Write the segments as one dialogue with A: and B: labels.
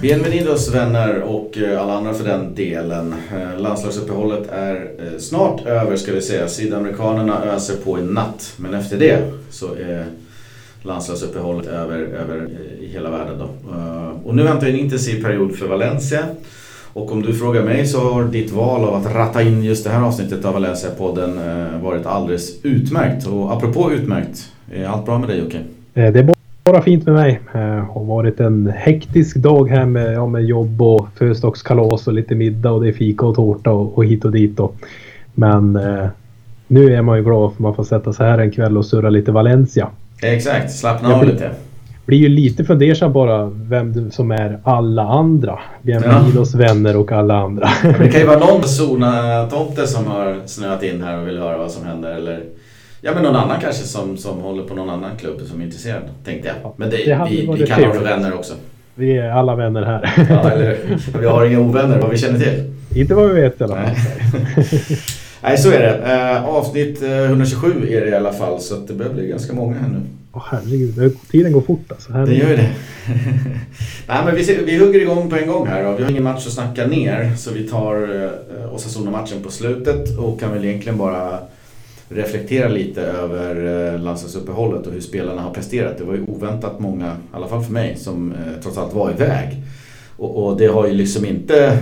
A: Bienvenidos vänner och alla andra för den delen. Landslagsuppehållet är snart över ska vi säga. Sydamerikanerna öser på i natt. Men efter det så är landslagsuppehållet över i hela världen då. Och nu väntar en intensiv period för Valencia. Och om du frågar mig så har ditt val av att ratta in just det här avsnittet av Valencia-podden varit alldeles utmärkt. Och apropå utmärkt, är allt bra med dig Jocke?
B: Det är bara fint med mig. Det har varit en hektisk dag här med jobb och födelsedagskalas och lite middag och det är fika och tårta och hit och dit då. Men nu är man ju glad för man får sätta sig här en kväll och surra lite Valencia.
A: Exakt, slappna av lite.
B: Blir ju lite fundersam bara vem som är alla andra. Bienvenidos vänner och alla andra.
A: Det kan ju vara någon Zona-tomte som har snöat in här och vill höra vad som händer. Eller men någon annan kanske som håller på någon annan klubb som är intresserad, tänkte jag. Men vi kan ha för vänner också. Vi är
B: alla vänner här.
A: Ja, eller vi har inga ovänner, vad vi känner till.
B: Inte vad vi vet i alla fall.
A: Nej, så är det. Avsnitt 127 är det i alla fall, så att det börjar bli ganska många här nu.
B: Herregud, tiden går fort alltså.
A: Det gör ju det. Nej, men vi hugger igång på en gång här då. Vi har ingen match att snacka ner, så vi tar Osasuna-matchen på slutet och kan väl egentligen bara reflektera lite över landslagsuppehållet och hur spelarna har presterat. Det var ju oväntat många, i alla fall för mig, som trots allt var iväg. Och det har ju liksom inte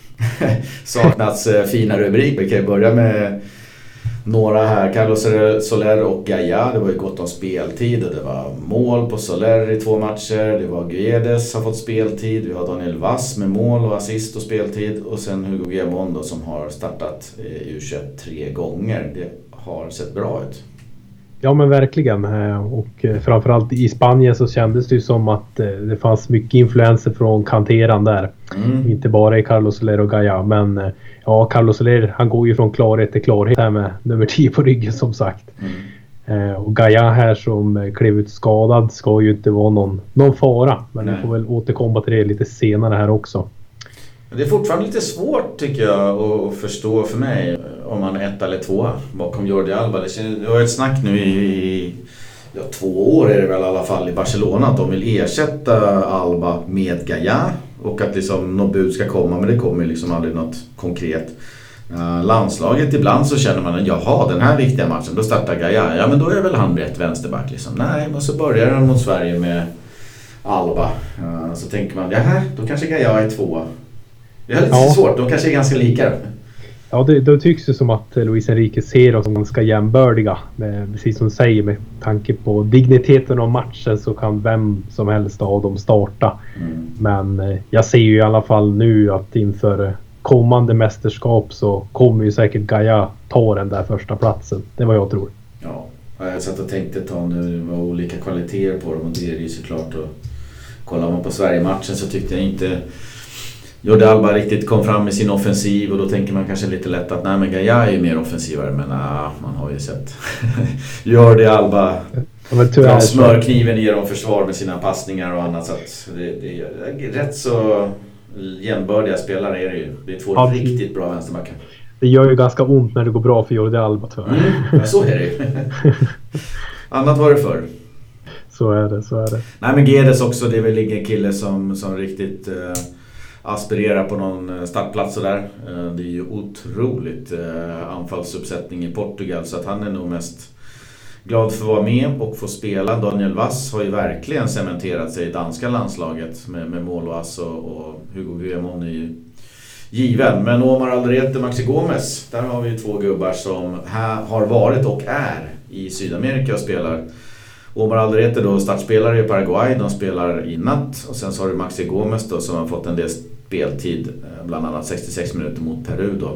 A: saknats fina rubriker. Vi kan ju börja med några här. Carlos Soler och Gaia. Det var ju gott om speltid och det var mål på Soler i 2 matcher. Det var Guedes har fått speltid. Vi har Daniel Vass med mål och assist och speltid. Och sen Hugo Guillamón då, som har startat U21 3 gånger. Det har sett bra ut.
B: Ja men verkligen, och framförallt i Spanien så kändes det ju som att det fanns mycket influenser från kanteran där. Inte bara i Carlos Soler och Gaia, men ja, Carlos Soler han går ju från klarhet till klarhet här med nummer 10 på ryggen som sagt. Och Gaia här som klev ut skadad ska ju inte vara någon fara, men jag får väl återkomma till det lite senare här också.
A: Det är fortfarande lite svårt tycker jag att förstå för mig om man är 1 eller 2 bakom Jordi Alba. Det var ett snack nu i 2 år är det väl i alla fall i Barcelona att de vill ersätta Alba med Gaia och att liksom något bud ska komma, men det kommer liksom aldrig något konkret. Landslaget ibland så känner man jaha, den här viktiga matchen då startar Gaia, ja men då är väl han rätt vänsterback liksom. Nej, men så börjar han mot Sverige med Alba, så tänker man jaha, då kanske Gaia är 2. Det är lite svårt, de kanske är ganska lika.
B: Ja, det tycks ju som att Luis Enrique ser oss som ganska jämbördiga. Precis som du säger, med tanke på digniteten av matchen så kan vem som helst av dem starta. Men jag ser ju i alla fall nu att inför kommande mästerskap så kommer ju säkert Gaia ta den där första platsen. Det är vad jag tror.
A: Ja, jag satt och tänkte ta nu, det var olika kvaliteter på dem och det är ju såklart. Och kollar man på Sverige-matchen så tyckte jag inte Jordi Alba riktigt kom fram med sin offensiv och då tänker man kanske lite lätt att nej men Gaia är ju mer offensivare, men man har ju sett Jordi Alba dra smörkniven genom försvar med sina passningar och annat, så att det är rätt så jämbördiga spelare är det ju. Det är 2 riktigt bra vänsterbackar.
B: Det gör ju ganska ont när det går bra för Jordi Alba tror jag.
A: Ja, så är det ju. Annat var det förr.
B: Så är det.
A: Nej men Guedes också, det är väl ingen kille som riktigt aspirerar på någon startplats och där. Det är ju otroligt anfallsuppsättning i Portugal, så att han är nog mest glad för att vara med och få spela. Daniel Vass har ju verkligen cementerat sig i danska landslaget med mål och ass, och Hugo Guillamón är ju given. Men Omar Alderete, Maxi Gomez, där har vi ju 2 gubbar som här har varit och är i Sydamerika och spelar. Omar Alderete då startspelare i Paraguay, de spelar i natt, och sen så har du Maxi Gomez då som har fått en del speltid, bland annat 66 minuter mot Peru då.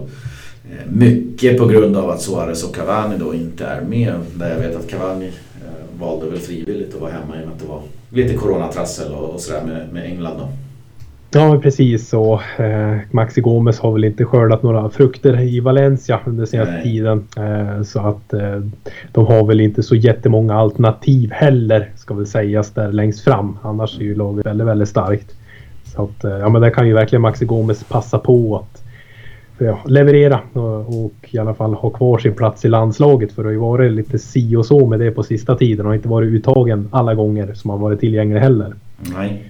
A: Mycket på grund av att Suarez och Cavani då inte är med, där jag vet att Cavani valde väl frivilligt att vara hemma i och med att det var lite coronatrassel och sådär med England då.
B: Ja, precis. Och Maxi Gomez har väl inte skördat några frukter i Valencia under senaste tiden. Så att de har väl inte så jättemånga alternativ heller, ska väl sägas, där längst fram. Annars är ju laget väldigt, väldigt starkt. Så att, ja, men där kan ju verkligen Maxi Gomez passa på att leverera och i alla fall ha kvar sin plats i landslaget, för det har ju varit lite si och så med det på sista tiden och inte varit uttagen alla gånger som har varit tillgänglig heller.
A: Nej.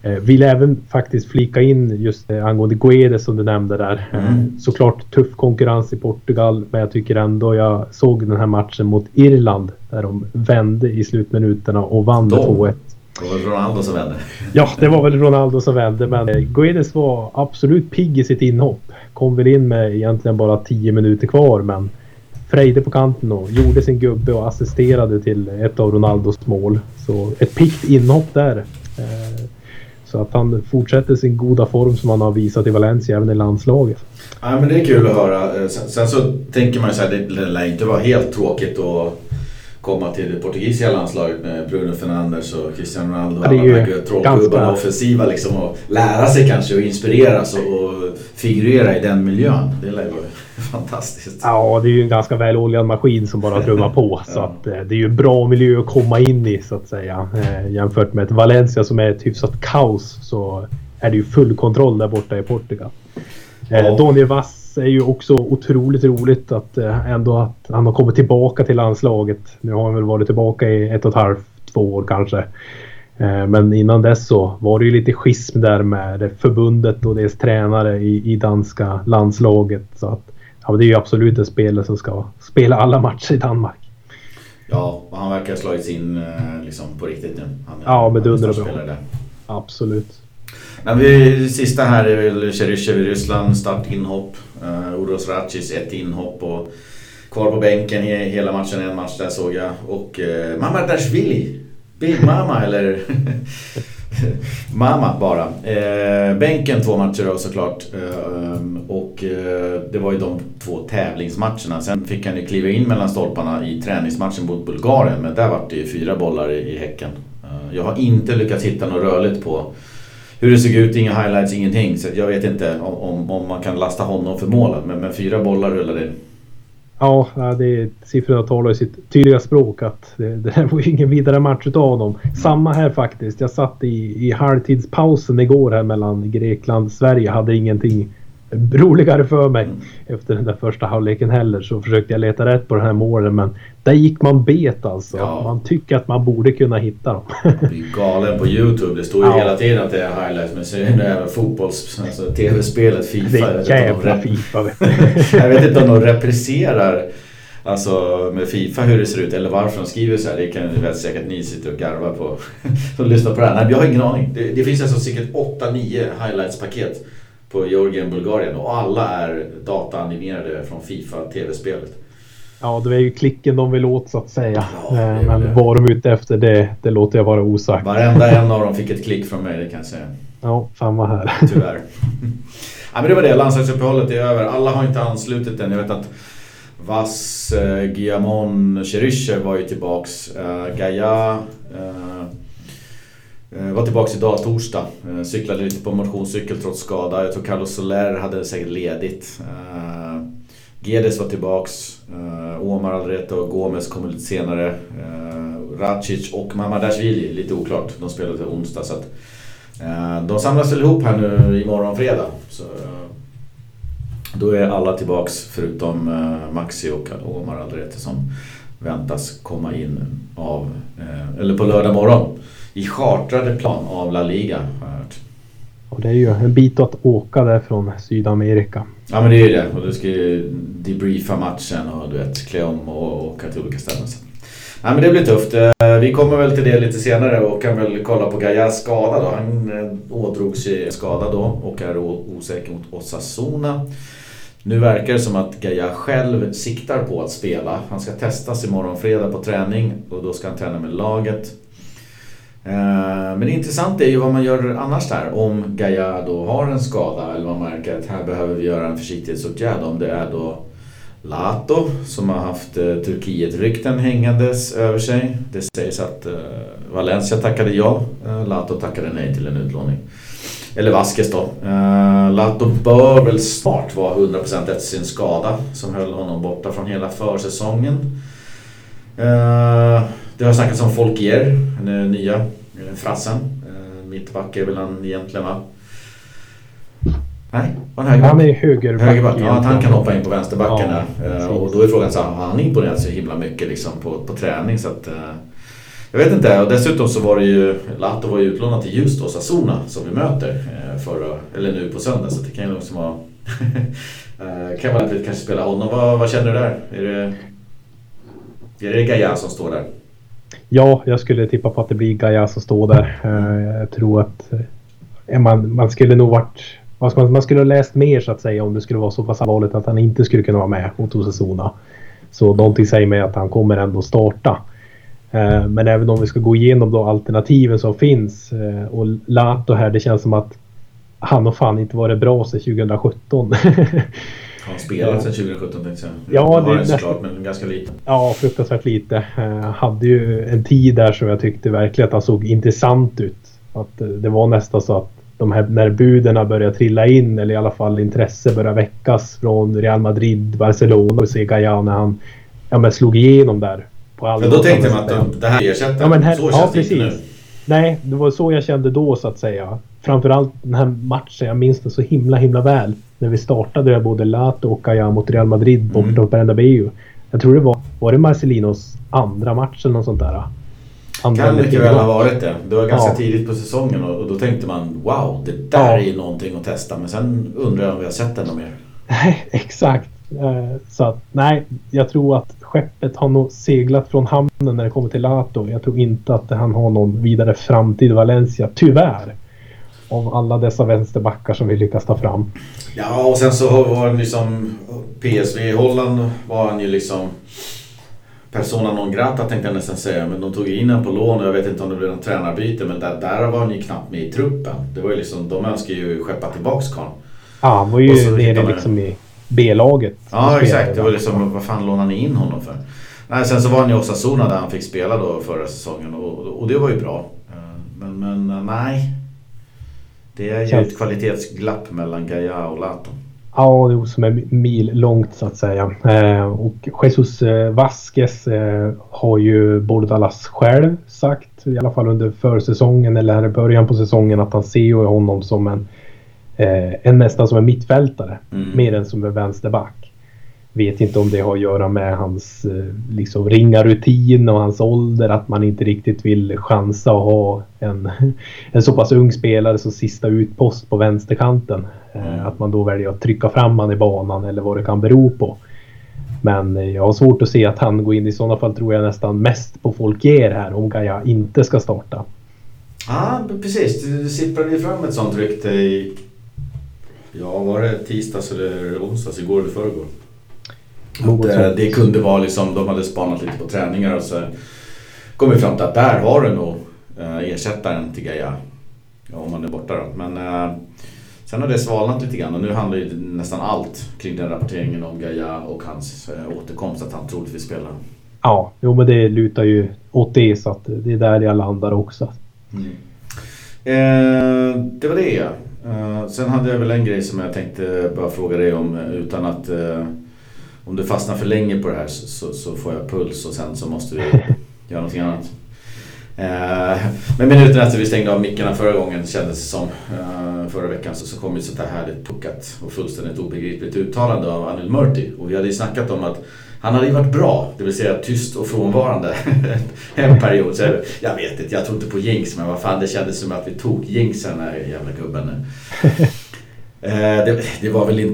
B: Vill även faktiskt flika in just angående Guedes som du nämnde där. Såklart tuff konkurrens i Portugal, men jag tycker ändå jag såg den här matchen mot Irland där de vände i slutminuterna och vann 2-1.
A: Det var Ronaldo som vände.
B: Ja, det var väl Ronaldo som vände, men Guedes var absolut pigg i sitt inhopp. Kom väl in med egentligen bara 10 minuter kvar, men frejde på kanten och gjorde sin gubbe och assisterade till ett av Ronaldos mål. Så ett piggt inhopp där. Så att han fortsätter sin goda form som han har visat i Valencia även i landslaget.
A: Ja, men det är kul att höra. Sen så tänker man ju så här, det lär inte vara helt tråkigt att komma till det portugisiska landslaget med Bruno Fernandes och Cristiano Ronaldo och alla de här trollgubbarna offensiva liksom, och lära sig kanske och inspireras och figurera i den miljön. Det lär vara fantastiskt.
B: Ja, det är ju en ganska väloljad maskin som bara trummar på. Så att, det är ju en bra miljö att komma in i så att säga. Jämfört med ett Valencia som är ett hyfsat kaos, så är det ju full kontroll där borta i Portugal. Daniel Vass är ju också otroligt roligt att ändå att han har kommit tillbaka till landslaget. Nu har han väl varit tillbaka i 1,5-2 år kanske. Men innan dess så var det ju lite schism där med förbundet och dess tränare i danska landslaget. Så att ja, det är ju absolut en spelare som ska spela alla matcher i Danmark.
A: Ja, och han verkar ha slagits in liksom på riktigt nu.
B: Ja, med dunder och bra. Absolut.
A: Men vi sista här är väl Cheryshev i Ryssland, startinhopp. Uros Racic ett inhopp och kvar på bänken hela matchen, en match där såg jag. Och Mamardashvili, Big Mama eller Mama bara. Bänken 2 matcher då såklart. Och det var ju de 2 tävlingsmatcherna. Sen fick han ju kliva in mellan stolparna i träningsmatchen mot Bulgarien. Men där var det ju 4 bollar i häcken. Jag har inte lyckats hitta något rörligt på hur det såg ut, inga highlights, ingenting. Så jag vet inte om man kan lasta honom för målen. Men 4 bollar rullade det.
B: Ja, siffrorna talar i sitt tydliga språk att det var ju ingen vidare match utav honom. Samma här faktiskt. Jag satt i halvtidspausen igår här mellan Grekland och Sverige. Hade ingenting roligare för mig efter den där första halvleken heller, så försökte jag leta rätt på den här målen, men där gick man bet alltså. Ja. Man tycker att man borde kunna hitta dem.
A: Det är galen på YouTube. Det står ju hela tiden att det är highlights, men så är det även alltså tv-spelet FIFA.
B: Det är jävla FIFA.
A: Jag vet inte om de represserar alltså med FIFA hur det ser ut eller varför de skriver så här. Det kan ju väl säkert ni sitter och garva på som lyssnar på det här. Nej, jag har ingen aning. Det finns alltså säkert 8-9 highlights-paket på Georgien, Bulgarien, och alla är dataanimerade från FIFA tv-spelet.
B: Ja, det är ju klicken de vill åt så att säga. Ja, men vad de är ute efter det låter jag vara osagt.
A: Varenda en av dem fick ett klick från mig, det kan jag säga.
B: Ja, samma här.
A: Tyvärr. Ja, men det var det. Landslagsuppehållet är över. Alla har inte anslutit än. Jag vet att Vass, Guillamon, Cheryshev var ju tillbaks. Gaia var tillbaks idag torsdag. Cyklade lite på motionscykel trots skada. Jag tror Carlos Soler hade säkert ledigt. Guedes var tillbaks. Omar Alderete och Gomes kommer lite senare. Racic och Mamardashvili, lite oklart. De spelade till onsdag, så att de samlas väl ihop här nu imorgon fredag. Så då är alla tillbaks förutom Maxi och Omar Alderete som väntas komma in eller på lördag morgon i chartrade plan av La Liga.
B: Och det är ju en bit att åka där från Sydamerika.
A: Ja, men det är ju det. Och du ska ju debriefa matchen och du vet, klä om och åka till olika ställen. Ja, men det blir tufft. Vi kommer väl till det lite senare och kan väl kolla på Gaias skada då. Han ådrog sig skada då och är osäker mot Osasuna. Nu verkar det som att Gaia själv siktar på att spela. Han ska testas imorgon fredag på träning och då ska han träna med laget. Men det intressanta är ju vad man gör annars där. Om Gaia då har en skada eller man märker att här behöver vi göra en försiktighetsåtgärd. Om det är då Lato som har haft Turkiet-rykten hängandes över sig. Det sägs att Valencia tackade ja. Lato tackade nej till en utlåning. Eller Vasquez då. Lato bör väl snart vara 100% efter sin skada som höll honom borta från hela försäsongen. Det har snackats om Folkier, den nya frassen. Mittback är väl han egentligen, va? Nej,
B: han är högerback.
A: Ja, att han kan hoppa in på vänsterbacken där. Och då är frågan så här, har han imponerat så himla mycket liksom på träning, så att Jag vet inte, och dessutom så var det ju Lato var ju utlånad till just Osasuna som vi möter nu på söndag, så det kan ju liksom vara kan vara lämpligt kanske spela honom. Vad känner du där? Är det Gaia som står där?
B: Ja, jag skulle tippa på att det blir Gaia som står där. Jag tror att man skulle nog man skulle ha läst mer så att säga om det skulle vara så pass allvarligt att han inte skulle kunna vara med mot Osasuna. Så någonting säger mig att han kommer ändå starta. Men även om vi ska gå igenom då alternativen som finns och Lato här, det känns som att han har fan inte varit bra sedan 2017.
A: Han spelat sedan 2017 tänkte jag.
B: Ja,
A: det är såklart, men ganska lite.
B: Ja, fruktansvärt lite. Hade ju en tid där som jag tyckte verkligen att han såg intressant ut. Att det var nästan så att när buderna började trilla in, eller i alla fall intresse började väckas från Real Madrid, Barcelona och Gaia när han slog igenom där.
A: På då tänkte man att det här ersätter. Så känns det inte nu.
B: Nej, det var så jag kände då så att säga. Framförallt den här matchen, jag minns det så himla väl. När vi startade både Lato och Gaia mot Real Madrid borta på Bernabéu. Jag tror det var det Marcelinos andra match eller något sånt där.
A: Kan mycket väl ha varit det. Det var ganska tidigt på säsongen och då tänkte man, wow, det där är någonting att testa. Men sen undrar jag om vi har sett det något mer.
B: Nej, exakt. Så att, nej, jag tror att skeppet har nog seglat från hamnen när det kommer till Lato. Jag tror inte att han har någon vidare framtid i Valencia, tyvärr. Av alla dessa vänsterbackar som vi lyckas ta fram.
A: Ja, och sen så var han liksom PSV i Holland var han ju liksom persona non grata tänkte jag nästan säga, men de tog in en på lån och jag vet inte om det blev en tränarbyte, men där var han ju knappt med i truppen. Det var ju liksom, de önskar ju skeppa tillbaks Karl.
B: Ja, han var ju nere liksom i B-laget.
A: Ja, exakt. Det var liksom, vad fan lånade ni in honom för? Nej, sen så var han i Osasuna där han fick spela då förra säsongen och det var ju bra. Men nej. Det är ju ett kvalitetsglapp mellan Gaia och Lato.
B: Ja, det är som är mil långt så att säga. Och Jesus Vasquez har ju Bordalas själv sagt, i alla fall under försäsongen eller början på säsongen, att han ser ju honom som en nästan som en mittfältare. Mer än som en vänsterback. Vet inte om det har att göra med hans liksom ringa rutin och hans ålder, att man inte riktigt vill chansa och ha en så pass ung spelare som sista utpost på vänsterkanten. Att man då väljer att trycka fram han i banan eller vad det kan bero på. Men jag har svårt att se att han går in i sådana fall, tror jag nästan mest på Folkier här, om Gaia inte ska starta.
A: Ja, precis. Det sipprade ju fram ett sånt rykte i, var det tisdags eller onsdags, igår eller förrgår. Att det kunde vara liksom, de hade spanat lite på träningar och så kom vi fram till att där har du nog ersättaren till Gaia, om man är borta då. Men sen har det svalnat lite grann och nu handlar ju nästan allt kring den rapporteringen om Gaia och hans återkomst, att han troligtvis spelar.
B: Ja, jo, men det lutar ju åt det, så att det är där jag landar också.
A: Det var det. Sen hade jag väl en grej som jag tänkte bara fråga dig om, utan att om du fastnar för länge på det här så får jag puls och sen så måste vi göra någonting annat. Men minuten efter vi stängde av mickarna förra gången, kändes det som förra veckan, så kom ju sånt här härligt puckat och fullständigt obegripligt uttalande av Anil Murti. Och vi hade ju snackat om att han hade ju varit bra, det vill säga tyst och frånvarande en period. Så jag vet inte, jag tror inte på jinx, men vad fan, det kändes som att vi tog jinxen, den här jävla gubben nu. Det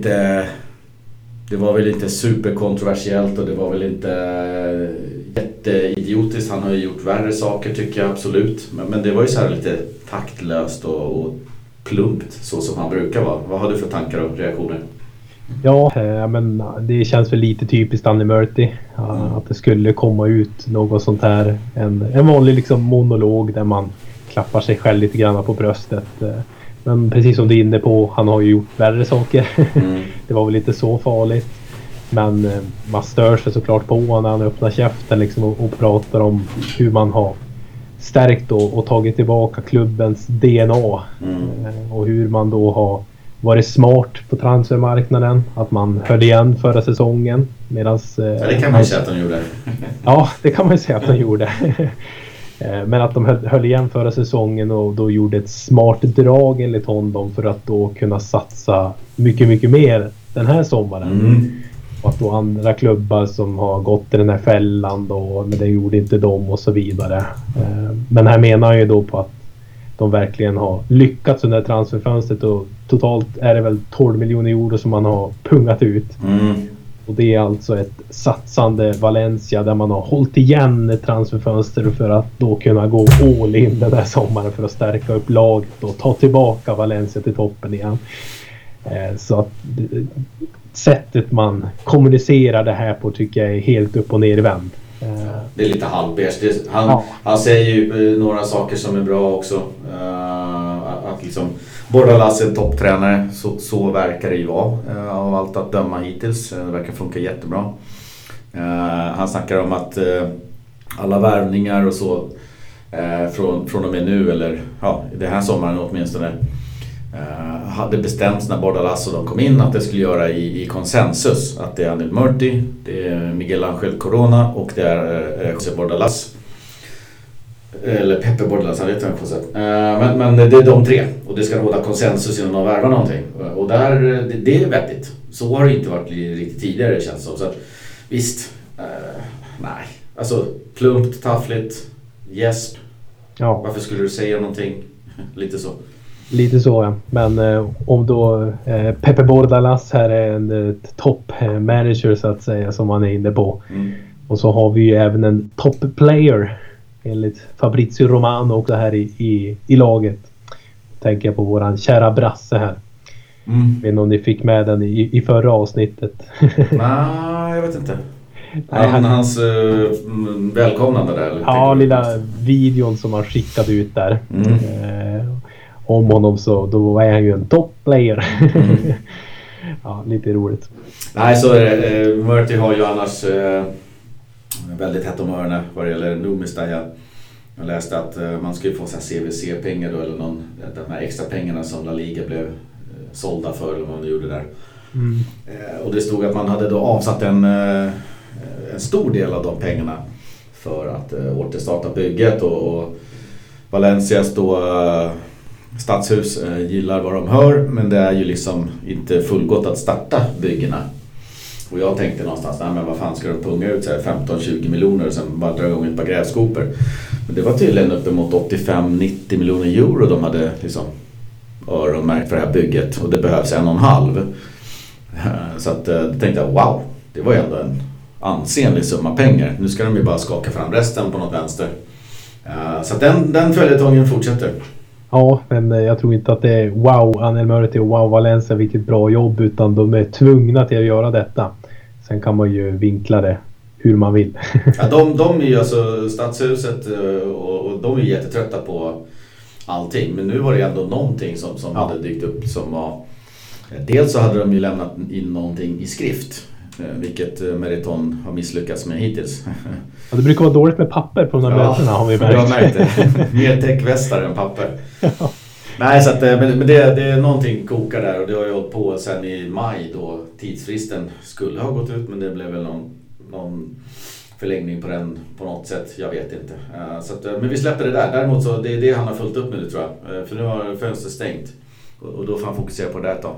A: var väl inte superkontroversiellt och det var väl inte jätteidiotiskt. Han har ju gjort värre saker, tycker jag absolut. Men det var ju så här lite taktlöst och plumpt, så som han brukar vara. Vad har du för tankar och reaktioner?
B: Ja, men det känns väl lite typiskt Anil Murti. Att det skulle komma ut något sånt här. En vanlig liksom monolog där man klappar sig själv lite grann på bröstet. Men precis som du är inne på, han har ju gjort värre saker. Det var väl inte så farligt. Men man stör sig såklart på när han öppnar käften liksom och pratar om hur man har stärkt och tagit tillbaka klubbens DNA. Och hur man då har varit smart på transfermarknaden. Att man höll igen förra säsongen. Medans,
A: det kan man ju säga att de gjorde.
B: Ja, det kan man ju säga att de gjorde. Men att de höll igen förra säsongen och då gjorde ett smart drag enligt honom för att då kunna satsa mycket, mycket mer den här sommaren. Och att då andra klubbar som har gått i den här fällan då, men det gjorde inte de och så vidare. Men här menar jag ju då på att de verkligen har lyckats under transferfönstret och totalt är det väl 12 miljoner euro som man har pungat ut. Och det är alltså ett satsande Valencia där man har hållit igen ett transferfönster för att då kunna gå all in den här sommaren för att stärka upp laget och ta tillbaka Valencia till toppen igen. Så att sättet man kommunicerar det här på tycker jag är helt upp och ner i vänd.
A: Det är lite halvbärs. Han säger ju några saker som är bra också. Att liksom Bordalas är en topptränare, så verkar det ju vara av allt att döma hittills. Det verkar funka jättebra. Han snackar om att alla värvningar och så från och med nu, eller det här sommaren åtminstone, hade bestämts när Bordalas och de kom in att det skulle göra i konsensus. Att det är Anil Murti, det är Miguel Ángel Corona och det är José Bordalas. Eller Pepe Bordalas, jag vet inte men det är de tre. Och det ska råda konsensus innan de värvar någonting. Och det är vettigt. Så har det inte varit riktigt tidigare, känns som. Så att, visst, nej. Alltså plumpt, taffligt, gäsp. Ja. Varför skulle du säga någonting? Lite så.
B: Lite så, ja. Men om då Pepe Bordalas här är en top manager så att säga, som man är inne på. Och så har vi ju även en top player enligt Fabrizio Romano och det här i laget. Tänker jag på våran kära Brasse här. Vet inte om ni fick med den i förra avsnittet.
A: Nej, jag vet inte. Hans välkomnande där. Eller?
B: Ja, lilla videon som han skickade ut där. Om honom, så då är han ju en top player. Ja, lite roligt.
A: Nej, så Murti har ju annars väldigt hett om öronen vad det gäller Numista. Jag läste att man skulle få CVC-pengar då, eller de här extra pengarna som La Liga blev sålda för, eller vad man gjorde där. Och det stod att man hade då avsatt en stor del av de pengarna för att återstarta bygget, och Valencias då stadshus gillar vad de hör, men det är ju liksom inte fullgott att starta byggena. Och jag tänkte någonstans, nej men vad fan ska de punga ut 15-20 miljoner och sen bara dra igång ett par grävskopor. Men det var tydligen uppemot 85-90 miljoner euro de hade liksom öronmärkt för det här bygget, och det behövs 1,5. Så att då tänkte jag, wow, det var ju ändå en ansenlig summa pengar. Nu ska de ju bara skaka fram resten på något vänster. Så att den följetongen fortsätter.
B: Ja, men jag tror inte att det är wow Anil Murti och wow Valencia, vilket bra jobb, utan de är tvungna till att göra detta. Sen kan man ju vinkla det hur man vill.
A: Ja, de är ju alltså stadshuset, och de är jättetrötta på allting. Men nu var det ändå någonting som hade dykt upp som var... Dels så hade de ju lämnat in någonting i skrift, vilket Meriton har misslyckats med hittills.
B: Ja, det brukar vara dåligt med papper på de här mötena, har vi märkt.
A: Jag märkte. Mer täckvästar än papper. Ja. Nej, så att, men det är någonting kokar där, och det har ju hållit på sen i maj då tidsfristen skulle ha gått ut, men det blev väl någon förlängning på den på något sätt, jag vet inte. Så att, men vi släpper det där. Däremot så det är det han har fullt upp med nu, tror jag. För nu har fönstret stängt, och då får han fokusera på det här då.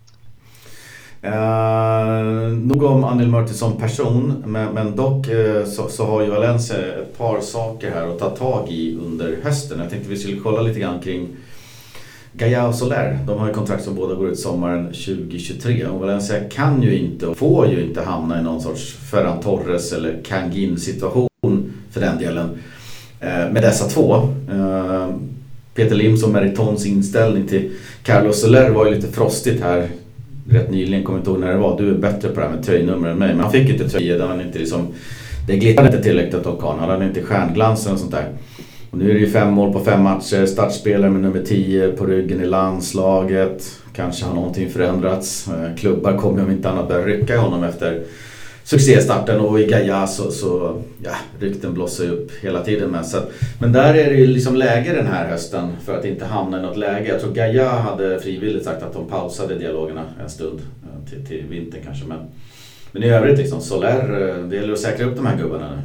A: Nog om Anil Murti som person, men dock så har ju Valencia ett par saker här att ta tag i under hösten. Jag tänkte vi skulle kolla lite grann kring Gaya och Soler. De har ju kontrakt som båda går ut sommaren 2023, och Valencia kan ju inte och får ju inte hamna i någon sorts Ferran Torres eller Kangin situation för den delen med dessa två. Peter Lims och Meritons inställning till Carlos Soler var ju lite frostigt här rätt nyligen, kommer inte ihåg när det var. Du är bättre på det här med tröjnummer än mig, men han fick inte tröja där han inte liksom, det glittrade inte tillräckligt åt han hade inte stjärnglansen och sånt där. Och nu är det ju 5 mål på 5 matcher, startspelare med nummer 10 på ryggen i landslaget. Kanske har någonting förändrats. Klubbar kommer om inte annat börja rycka i honom efter succéstarten, och i Gaya så rykten blossar upp hela tiden med. Så att, men där är det ju liksom läge den här hösten för att inte hamna i något läge. Jag tror Gaya hade frivilligt sagt att de pausade dialogerna en stund till vintern kanske. Men i övrigt liksom, Soler, det gäller att säkra upp de här gubbarna nu.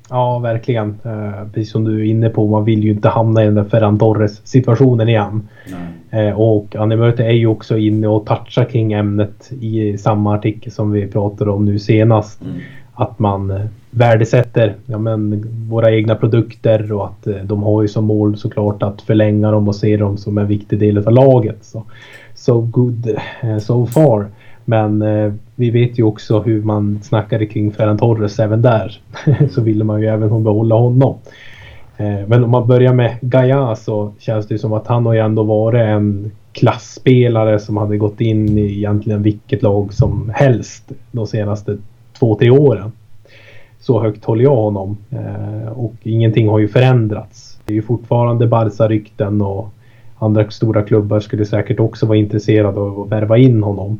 B: Ja, verkligen. Precis som du är inne på, man vill ju inte hamna i den där Ferran Torres-situationen igen. Och Annie Mörte är ju också inne och touchar kring ämnet i samma artikel som vi pratade om nu senast. Att man värdesätter våra egna produkter och att de har ju som mål såklart att förlänga dem och se dem som en viktig del av laget. So good so far. Men vi vet ju också hur man snackade kring Ferran Torres även där. Så ville man ju även behålla honom. Men om man börjar med Gaia så känns det som att han har ju ändå varit en klassspelare som hade gått in i egentligen vilket lag som helst de senaste 2-3 åren. Så högt håller jag honom. Och ingenting har ju förändrats. Det är ju fortfarande Barca-rykten och andra stora klubbar skulle säkert också vara intresserade av att värva in honom.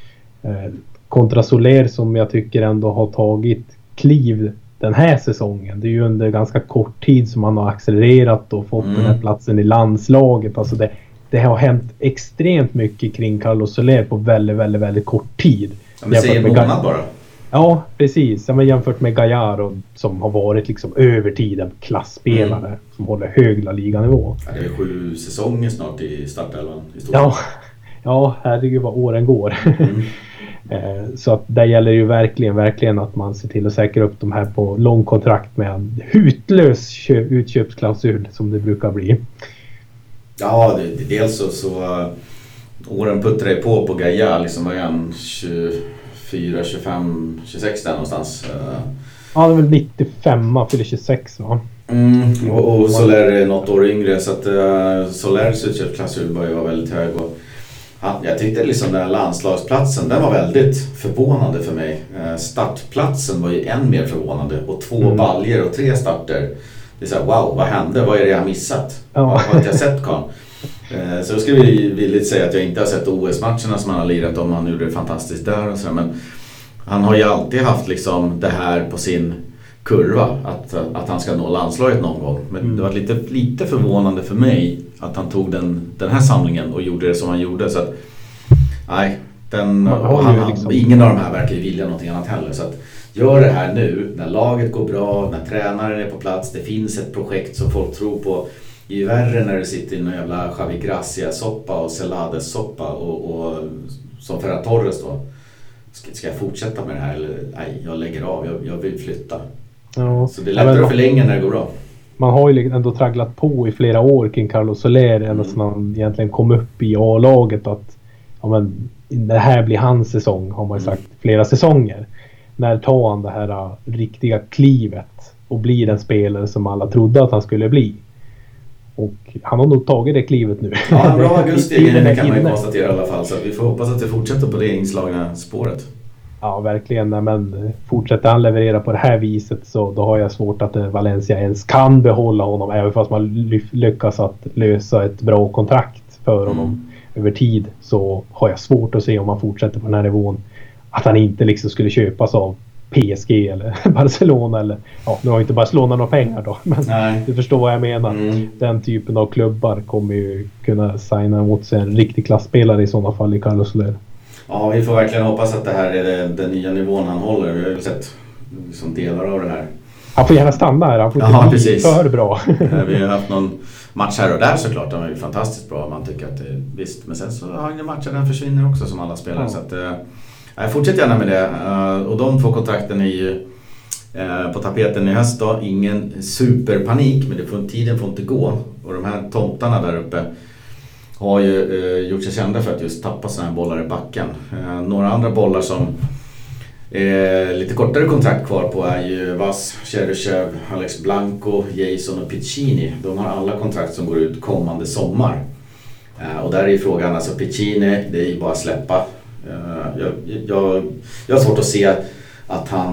B: Kontra Soler som jag tycker ändå har tagit kliv den här säsongen. Det är ju under ganska kort tid som han har accelererat och fått den här platsen i landslaget. Alltså det har hänt extremt mycket kring Carlos Soler på väldigt, väldigt, väldigt kort tid.
A: Ja, men säger en månad bara.
B: Ja, precis. Ja, men jämfört med Gallardo som har varit liksom över tiden klassspelare som håller hög La Liga-nivå.
A: Ja, det är 7 säsonger snart i startelvan.
B: Ja, herregud vad åren går. Så att där gäller ju verkligen att man ser till att säkra upp de här på långkontrakt med en hutlös utköpsklausul som det brukar bli.
A: Ja, dels så åren puttrar på Gaia liksom var en 24, 25, 26 där någonstans.
B: Ja, det är väl 95, fyller 26 va?
A: Och Soler är något år yngre så att Solers utköpsklausul börjar vara väldigt hög och jag tyckte liksom den här landslagsplatsen, den var väldigt förvånande för mig. Startplatsen var ju än mer förvånande och 2 baljer och 3 starter. Det är så här, wow, vad hände? Vad är det jag har missat? Vad har inte jag sett, Karl? Så då skulle vi villigt säga att jag inte har sett OS-matcherna som han har lirat om. Han gjorde det fantastiskt där och så. Men han har ju alltid haft liksom det här på sin kurva. Att han ska nå landslaget någon gång. Men det var lite förvånande för mig att han tog den här samlingen och gjorde det som han gjorde. Så att, nej, ingen av de här verkar vilja någonting annat heller. Så att gör det här nu när laget går bra, när tränaren är på plats, det finns ett projekt som folk tror på. Det är ju värre när du sitter i en jävla Javi Gracia-soppa och Celades-soppa och som Ferran Torres då. Ska jag fortsätta med det här eller nej, jag lägger av, jag vill flytta. Ja. Så det är lättare att förlänga när det går bra.
B: Man har ju ändå tragglat på i flera år kring Carlos Soler ända sedan han egentligen kom upp i A-laget att det här blir hans säsong har man ju sagt flera säsonger. När tar han det här riktiga klivet och blir den spelare som alla trodde att han skulle bli. Och han har nog tagit det klivet nu.
A: Ja, bra augusti kan man ju konstatera i alla fall. Så vi får hoppas att det fortsätter på det inslagna spåret.
B: Ja, verkligen. Men fortsätter han leverera på det här viset så då har jag svårt att Valencia ens kan behålla honom. Även fast man lyckas att lösa ett bra kontrakt för honom över tid så har jag svårt att se om han fortsätter på den här nivån. Att han inte liksom skulle köpas av PSG eller Barcelona eller nu har inte Barcelona några pengar då men du förstår vad jag menar. Den typen av klubbar kommer ju kunna signa mot sig en riktig klassspelare i sådana fall i Carlos Soler.
A: Ja, vi får verkligen hoppas att det här är den nya nivån han håller. Vi har ju sett liksom delar av det här.
B: Han får gärna stanna här, han får inte bli för bra.
A: Vi har haft någon match här och där såklart, den var ju fantastiskt bra. Man tycker att det är visst, men sen så har ju matchen den försvinner också som alla spelare så att jag fortsätter gärna med det. Och de 2 kontrakten är ju på tapeten i höst då. Ingen superpanik, men tiden får inte gå. Och de här tomtarna där uppe har ju gjort sig kända för att just tappa sådana här bollar i backen. Några andra bollar som är lite kortare kontrakt kvar på är ju Vass, Cheryshev, Alex Blanco, Jason och Piccini. De har alla kontrakt som går ut kommande sommar. Och där är ju frågan, alltså Piccini, det är ju bara att släppa. Jag har svårt att se att han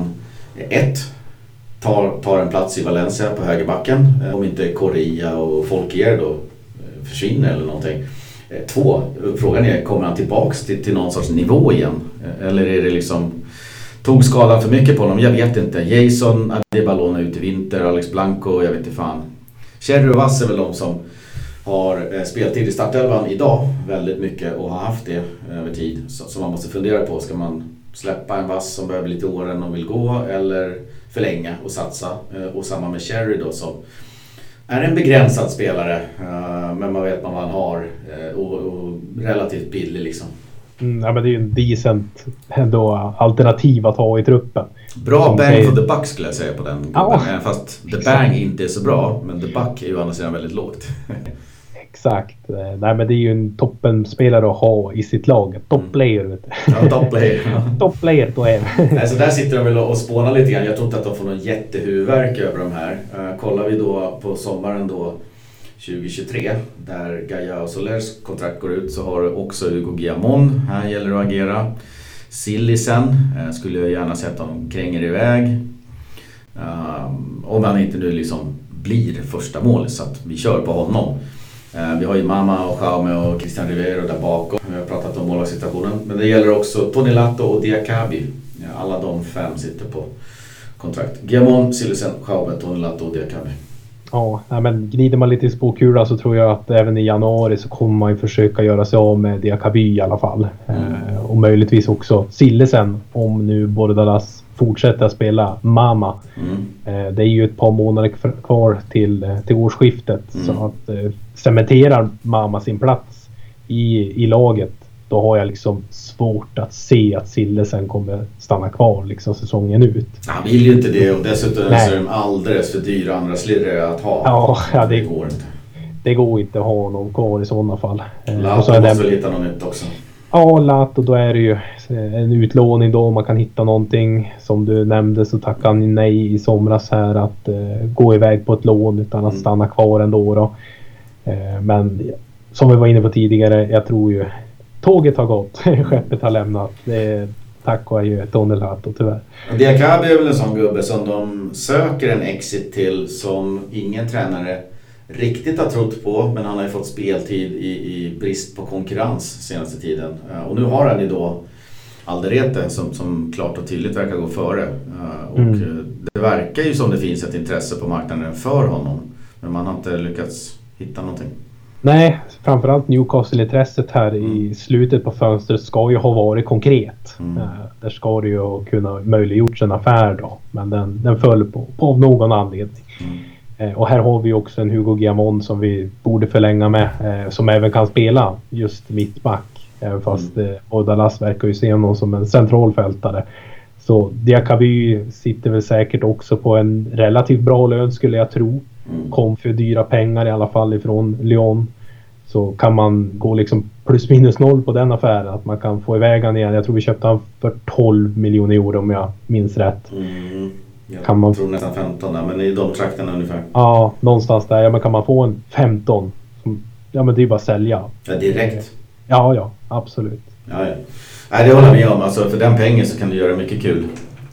A: tar en plats i Valencia på högerbacken om inte Correa och Folkier då försvinner eller någonting. 2, frågan är, kommer han tillbaks till någon sorts nivå igen eller är det liksom tog skadan för mycket på honom? Jag vet inte. Jason Adebayor ut i vinter, Alex Blanco, jag vet inte fan. Cherry och Vass är väl de som har speltid i startelvan idag väldigt mycket och har haft det över tid. Så man måste fundera på, ska man släppa en Vass som behöver lite åren och vill gå eller förlänga och satsa. Och samma med Cherry då som är en begränsad spelare, men man vet vad man har och relativt billig liksom.
B: Ja, men det är ju en decent ändå alternativ att ha i truppen.
A: Bra bang for the buck skulle jag säga på den gubben. Fast the bang inte är så bra, men the buck är ju annars väldigt lågt.
B: Exakt. Nej, men det är ju en toppenspelare att ha i sitt lag. Top-player, vet du.
A: Ja, top-player.
B: Top-player, då är det.
A: Alltså där sitter de väl och spånar lite grann. Jag tror inte att de får någon jättehuvudvärk över de här. Kollar vi då på sommaren då 2023 där Gaia och Solers kontrakt går ut, så har du också Hugo Guillamon. Här gäller det att agera. Sillisen skulle jag gärna sett att de kränger iväg. Om han inte nu liksom blir första mål, så att vi kör på honom. Vi har ju Mama och Jaume och Christian Rivero där bakom. Vi har pratat om målvaktssituationen. Men det gäller också Tony Lato och Diakabi. Alla de 5 sitter på kontrakt. Guillamon, Sillisen, Jaume, Tony Lato och Diakabi.
B: Ja, men gnider man lite i spåkula så tror jag att även i januari så kommer man ju försöka göra sig av med Diakaby i alla fall. Och möjligtvis också Sillisen, om nu Bordalas fortsätter att spela Mama. Det är ju ett par månader kvar till årsskiftet. Så att cementerar Mama sin plats i laget, då har jag liksom svårt att se att Sillisen kommer stanna kvar liksom säsongen ut.
A: Han vill ju inte det, och dessutom så är de alldeles för dyra andra slirrare att ha.
B: Ja, det går inte. Det går inte att ha honom kvar i sådana fall.
A: Lato måste väl hitta något nytt också.
B: Ja, Lato, då är det ju en utlåning då. Man kan hitta någonting. Som du nämnde så tackade han nej i somras här att gå iväg på ett lån utan att stanna kvar ändå då. Men som vi var inne på tidigare, jag tror ju tåget har gått. Skeppet har lämnat. Tack och adjö, Tony Lato, tyvärr.
A: Diakaby är väl en sån gubbe som de söker en exit till, som ingen tränare riktigt har trott på, men han har ju fått speltid i brist på konkurrens senaste tiden. Och nu har han ju då Alderete som klart och tydligt verkar gå före. Och det verkar ju som det finns ett intresse på marknaden för honom, men man har inte lyckats hitta någonting.
B: Nej, framförallt Newcastle-intresset här i slutet på fönstret ska ju ha varit konkret. Där ska det ju kunna möjliggjort en affär då, men den föll på någon anledning. Och här har vi också en Hugo Guillamon som vi borde förlänga med, som även kan spela just mittback. Även fast Bordalas verkar ju se honom som en centralfältare. Så Diakaby sitter väl säkert också på en relativt bra lön, skulle jag tro. Kom för dyra pengar i alla fall ifrån Lyon. Så kan man gå liksom plus minus noll på den affären, att man kan få iväg han igen. Jag tror vi köpte han för 12 miljoner euro om jag minns rätt.
A: Jag tror nästan 15 där, men i de trakterna ungefär.
B: Ja, någonstans där. Ja, men kan man få en 15? Ja, men det är bara att sälja.
A: Ja, direkt.
B: Ja, absolut.
A: Ja. Nej, det håller jag med om. Alltså, för den pengen så kan du göra mycket kul.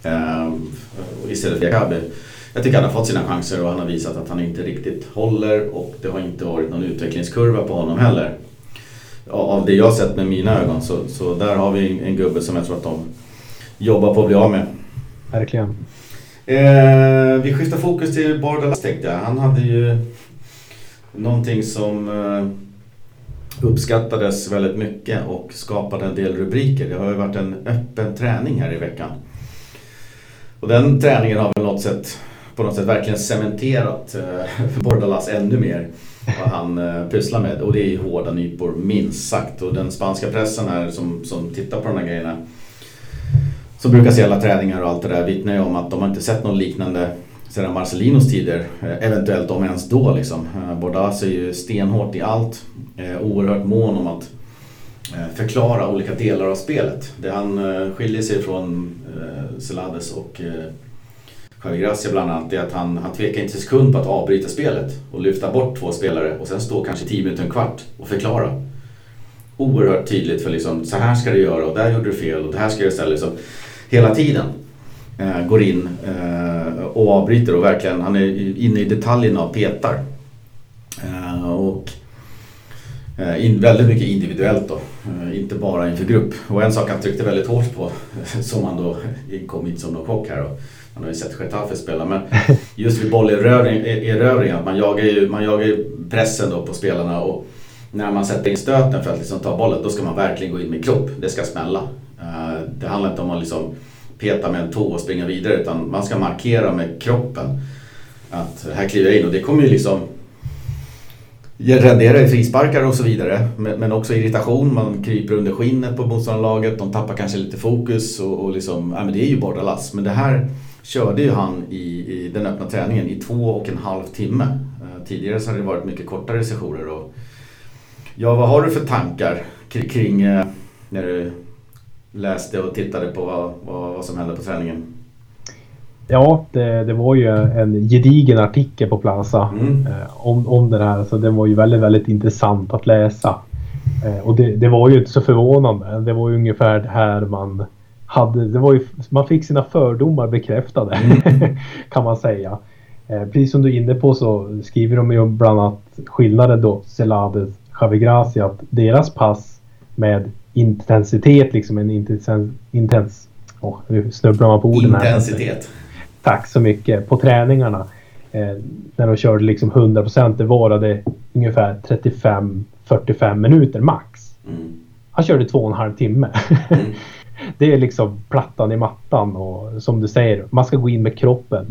A: Istället för Diakaby. Jag tycker han har fått sina chanser och han har visat att han inte riktigt håller, och det har inte varit någon utvecklingskurva på honom heller. Av det jag har sett med mina ögon, så där har vi en gubbe som jag tror att de jobbar på att bli av med.
B: Verkligen.
A: Vi skiftar fokus till Bordalas, tänkte jag. Han hade ju någonting som uppskattades väldigt mycket och skapade en del rubriker. Det har ju varit en öppen träning här i veckan. Och den träningen har väl på något sätt verkligen cementerat för Bordalas ännu mer vad han pysslar med. Och det är hårda nypor, minst sagt. Och den spanska pressen här som tittar på de här grejerna, som brukar se alla träningar och allt det där, vittnar ju om att de har inte sett något liknande sedan Marcelinos tider. Eventuellt om ens då liksom. Bordalas är ju stenhårt i allt. Oerhört mån om att förklara olika delar av spelet. Det han skiljer sig från Celades och Javi Gracia bland annat är att han tvekar inte en sekund på att avbryta spelet och lyfta bort 2 spelare och sen stå kanske 10 minuter, en kvart och förklara. Oerhört tydligt för liksom, så här ska du göra och där gjorde du fel och det här ska du ställa liksom. Hela tiden går in och avbryter, och verkligen han är inne i detaljerna och petar. Och väldigt mycket individuellt då, inte bara inför grupp. Och en sak han tryckte väldigt hårt på, som han då kom in som någon chock här, och man har ju sett Getafe spela, men just vid bollerövringen, att man jagar ju pressen då på spelarna, och när man sätter in stöten för att liksom ta bollen, då ska man verkligen gå in med kropp, det ska smälla. Det handlar inte om att liksom peta med en tå och springa vidare, utan man ska markera med kroppen att här kliver jag in, och det kommer ju liksom rendera i frisparkar och så vidare, men också irritation, man kryper under skinnet på motståndarlaget, de tappar kanske lite fokus och liksom, men det är ju bordalas. Men det här körde ju han i den öppna träningen i 2,5 timme. Tidigare så har det varit mycket kortare sessioner. Och ja, vad har du för tankar kring när du läste och tittade på vad som hände på träningen?
B: Ja, det var ju en gedigen artikel på Plaza om det här. Så det var ju väldigt, väldigt intressant att läsa. Och det var ju inte så förvånande. Det var ju ungefär det här man hade. Man fick sina fördomar bekräftade, kan man säga. Precis som du är inne på så skriver de ju bland annat skillnaden då, Celades, Javi Gracia, att deras pass med intensitet, liksom en nu snubblar man på orden här.
A: Intensitet.
B: Tack så mycket. På träningarna när de körde liksom 100%, det varade ungefär 35-45 minuter max. Han körde 2,5 timme. Det är liksom plattan i mattan, och som du säger, man ska gå in med kroppen,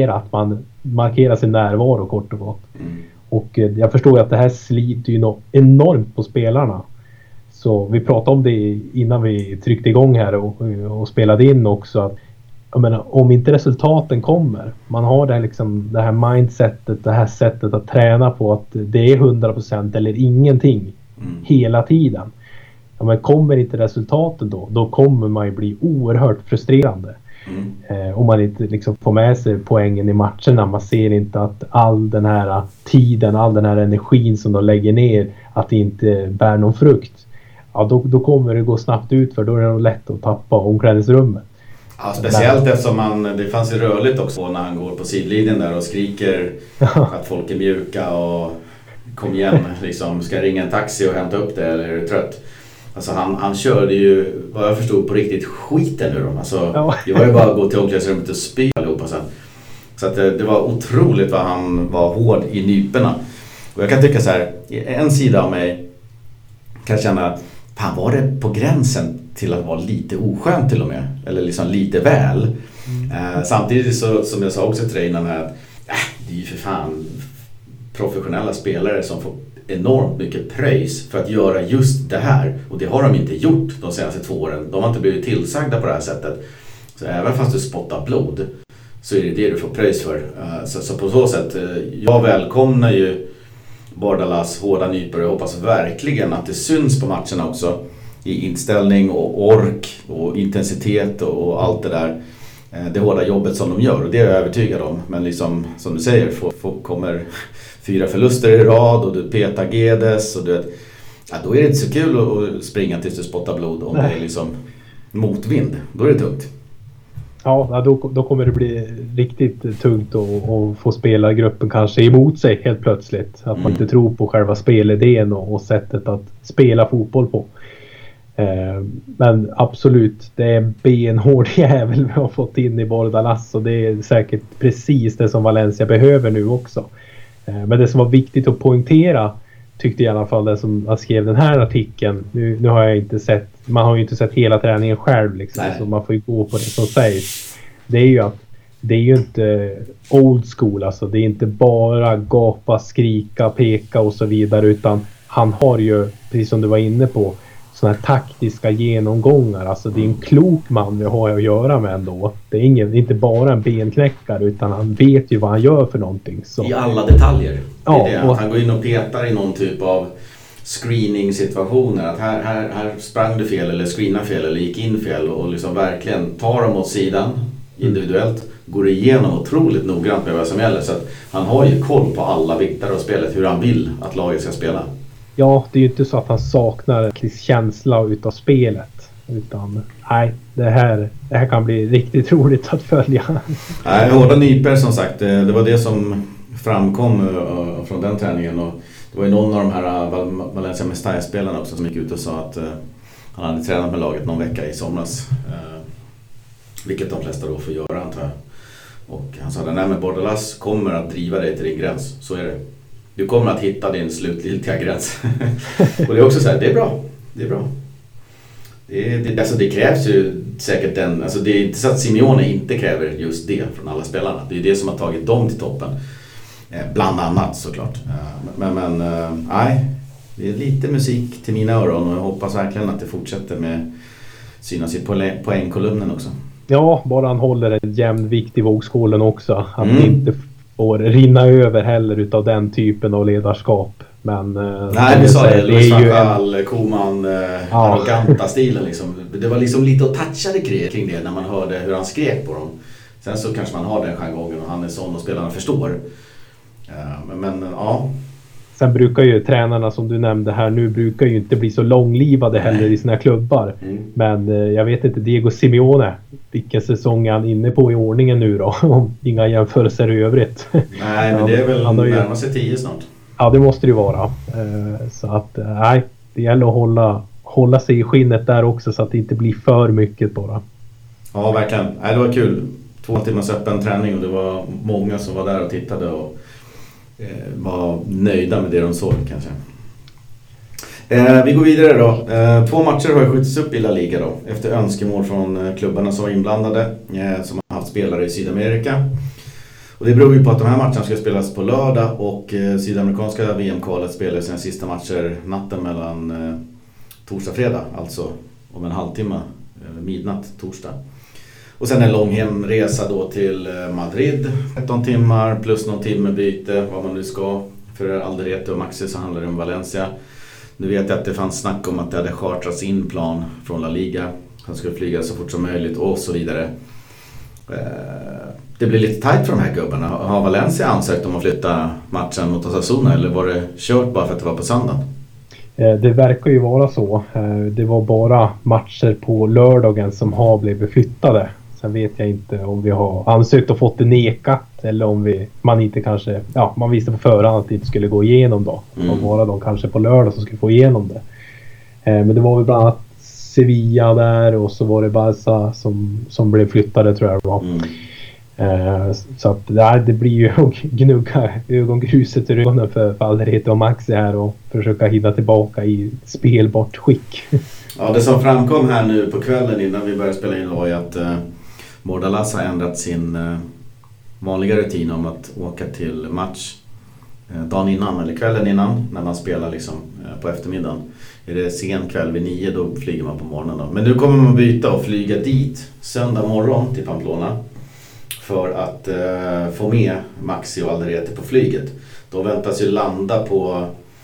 B: markera sin närvaro kort och gott. Och jag förstår att det här sliter ju något enormt på spelarna. Så vi pratade om det innan vi tryckte igång här och spelade in också, att jag menar, om inte resultaten kommer, man har det här, liksom, det här mindsetet, det här sättet att träna på att det är 100% eller ingenting hela tiden. Ja, men kommer inte resultaten då kommer man ju bli oerhört frustrerande. Om man inte liksom får med sig poängen i matcherna. Man ser inte att all den här tiden, all den här energin som de lägger ner, att det inte bär någon frukt. Ja, då kommer det gå snabbt ut, för då är det nog lätt att tappa omklädningsrummet.
A: Ja, speciellt eftersom det fanns ju rörligt också när han går på sidlinjen där och skriker att folk är mjuka och kom igen, liksom, ska jag ringa en taxi och hämta upp det, eller är du trött? Alltså han körde ju, vad jag förstod, på riktigt skiten ur dem. Alltså, det var ju bara att gå till omklädningsrummet och spy allihopa sen. Så att det var otroligt vad han var hård i nyperna. Och jag kan tycka så här, en sida av mig kan känna, fan, var det på gränsen till att vara lite oskönt till och med, eller liksom lite väl. Samtidigt så, som jag sa också till dig innan här, att det är ju för fan professionella spelare som får enormt mycket pröjs för att göra just det här, och det har de inte gjort de senaste 2 åren. De har inte blivit tillsagda på det här sättet. Så även fast du spottar blod så är det du får pröjs för. Så på så sätt, jag välkomnar ju Bordalas hårda nyper, och jag hoppas verkligen att det syns på matcherna också i inställning och ork och intensitet och allt det där, det hårda jobbet som de gör, och det är jag övertygad om. Men liksom, som du säger, kommer 4 förluster i rad och du petar Gedes och då är det inte så kul att springa tills du spottar blod om det är liksom motvind. Då är det tungt.
B: Ja, då kommer det bli riktigt tungt att få spela gruppen kanske emot sig helt plötsligt. Att man inte tror på själva spelidén och sättet att spela fotboll på. Men absolut, det är en benhård jävel vi har fått in i Bordalas, och det är säkert precis det som Valencia behöver nu också. Men det som var viktigt att poängtera, tyckte i alla fall det som jag skrev den här artikeln, nu har jag inte sett, man har ju inte sett hela träningen själv liksom, så man får ju gå på det som sägs. Det är ju att det är ju inte old school, alltså det är inte bara gapa, skrika, peka och så vidare, utan han har ju, precis som du var inne på, såna här taktiska genomgångar. Alltså det är en klok man vi har att göra med ändå. Det är inte bara en benknäckare, utan han vet ju vad han gör för någonting. Så.
A: I alla detaljer. Det är det. Han går in och petar i någon typ av screening-situationer. Att här sprang du fel eller screenade fel eller gick in fel, och liksom verkligen tar dem åt sidan individuellt. Går igenom otroligt noggrant med vad som gäller. Så att han har ju koll på alla viktare av spelet, hur han vill att laget ska spela.
B: Ja, det är ju inte så att han saknar känsla utav spelet. Utan nej, det här kan bli riktigt roligt att följa.
A: Nej, hårda nyper som sagt. Det var det som framkom från den träningen. Och det var ju någon av de här Valencia Mestalla-spelarna också som gick ut och sa att han hade tränat med laget någon vecka i somras. Vilket de flesta då får göra, antar jag. Och han sa att nej, men Bordalas kommer att driva dig till din gräns. Så är det. Du kommer att hitta din slutgiltiga gräns. Och det är också så här, det är bra. Det krävs ju säkert alltså det är inte så att Simeone inte kräver just det från alla spelarna. Det är det som har tagit dem till toppen. Bland annat såklart. Men nej, det är lite musik till mina öron och jag hoppas verkligen att det fortsätter med synas i poängkolumnen också. Ja,
B: bara han håller en jämn vikt i vågskålen också. Att det inte får rinna över heller utav den typen av ledarskap. Men
A: nej, vi sa det är ju en Koman arroganta stilen liksom. Det var liksom lite att touchade kring det när man hörde hur han skrek på dem. Sen så kanske man har den jargongen och han är sån och spelarna förstår. Men ja.
B: Sen brukar ju tränarna som du nämnde här nu brukar ju inte bli så långlivade heller i sina klubbar. Men jag vet inte, Diego Simeone, vilken säsong är han inne på i ordningen nu då? Om inga jämförelser i övrigt.
A: Nej, men det är väl närmar sig 10 snart.
B: Ja, det måste det ju vara. Så att nej, det gäller att hålla sig i skinnet där också så att det inte blir för mycket bara.
A: Ja, verkligen. Nej, det var kul. 2 timmars öppen träning och det var många som var där och tittade och var nöjda med det de såg kanske. Vi går vidare då. 2 matcher har skjutits upp i La Liga då efter önskemål från klubbarna som var inblandade som har haft spelare i Sydamerika. Och det beror ju på att de här matcherna ska spelas på lördag och sydamerikanska VM-kvalet spelar sina sista matcher natten mellan torsdag och fredag, alltså om en halvtimme, midnatt torsdag. Och sen en lång hemresa då till Madrid, 13 timmar plus någon timme byte, vad man nu ska. För Alderete och Maxi så handlar det om Valencia. Nu vet jag att det fanns snack om att det hade chartrats in plan från La Liga. Han skulle flyga så fort som möjligt och så vidare. Det blir lite tajt för de här gubbarna. Har Valencia ansökt om att flytta matchen mot Osasuna eller var det kört bara för att det var på söndagen?
B: Det verkar ju vara så. Det var bara matcher på lördagen som har blivit flyttade. Sen vet jag inte om vi har ansökt och fått det nekat eller om man inte kanske, man visste på förhand att det inte skulle gå igenom då. Det var bara de kanske på lördag som skulle få igenom det. Men det var väl bland annat Sevilla där och så var det Barca som blev flyttade tror jag det var. Så att det blir ju att gnugga ögongruset i ögonen för Alderete och Maxi här och försöka hitta tillbaka i spelbart skick.
A: Ja, det som framkom här nu på kvällen innan vi började spela in var ju att Bordalas har ändrat sin vanliga rutin om att åka till match dagen innan eller kvällen innan när man spelar liksom på eftermiddagen. Är det sen kväll vid 9 då flyger man på morgonen då. Men nu kommer man byta och flyga dit söndag morgon till Pamplona för att få med Maxi och Alderete på flyget. De väntas ju landa på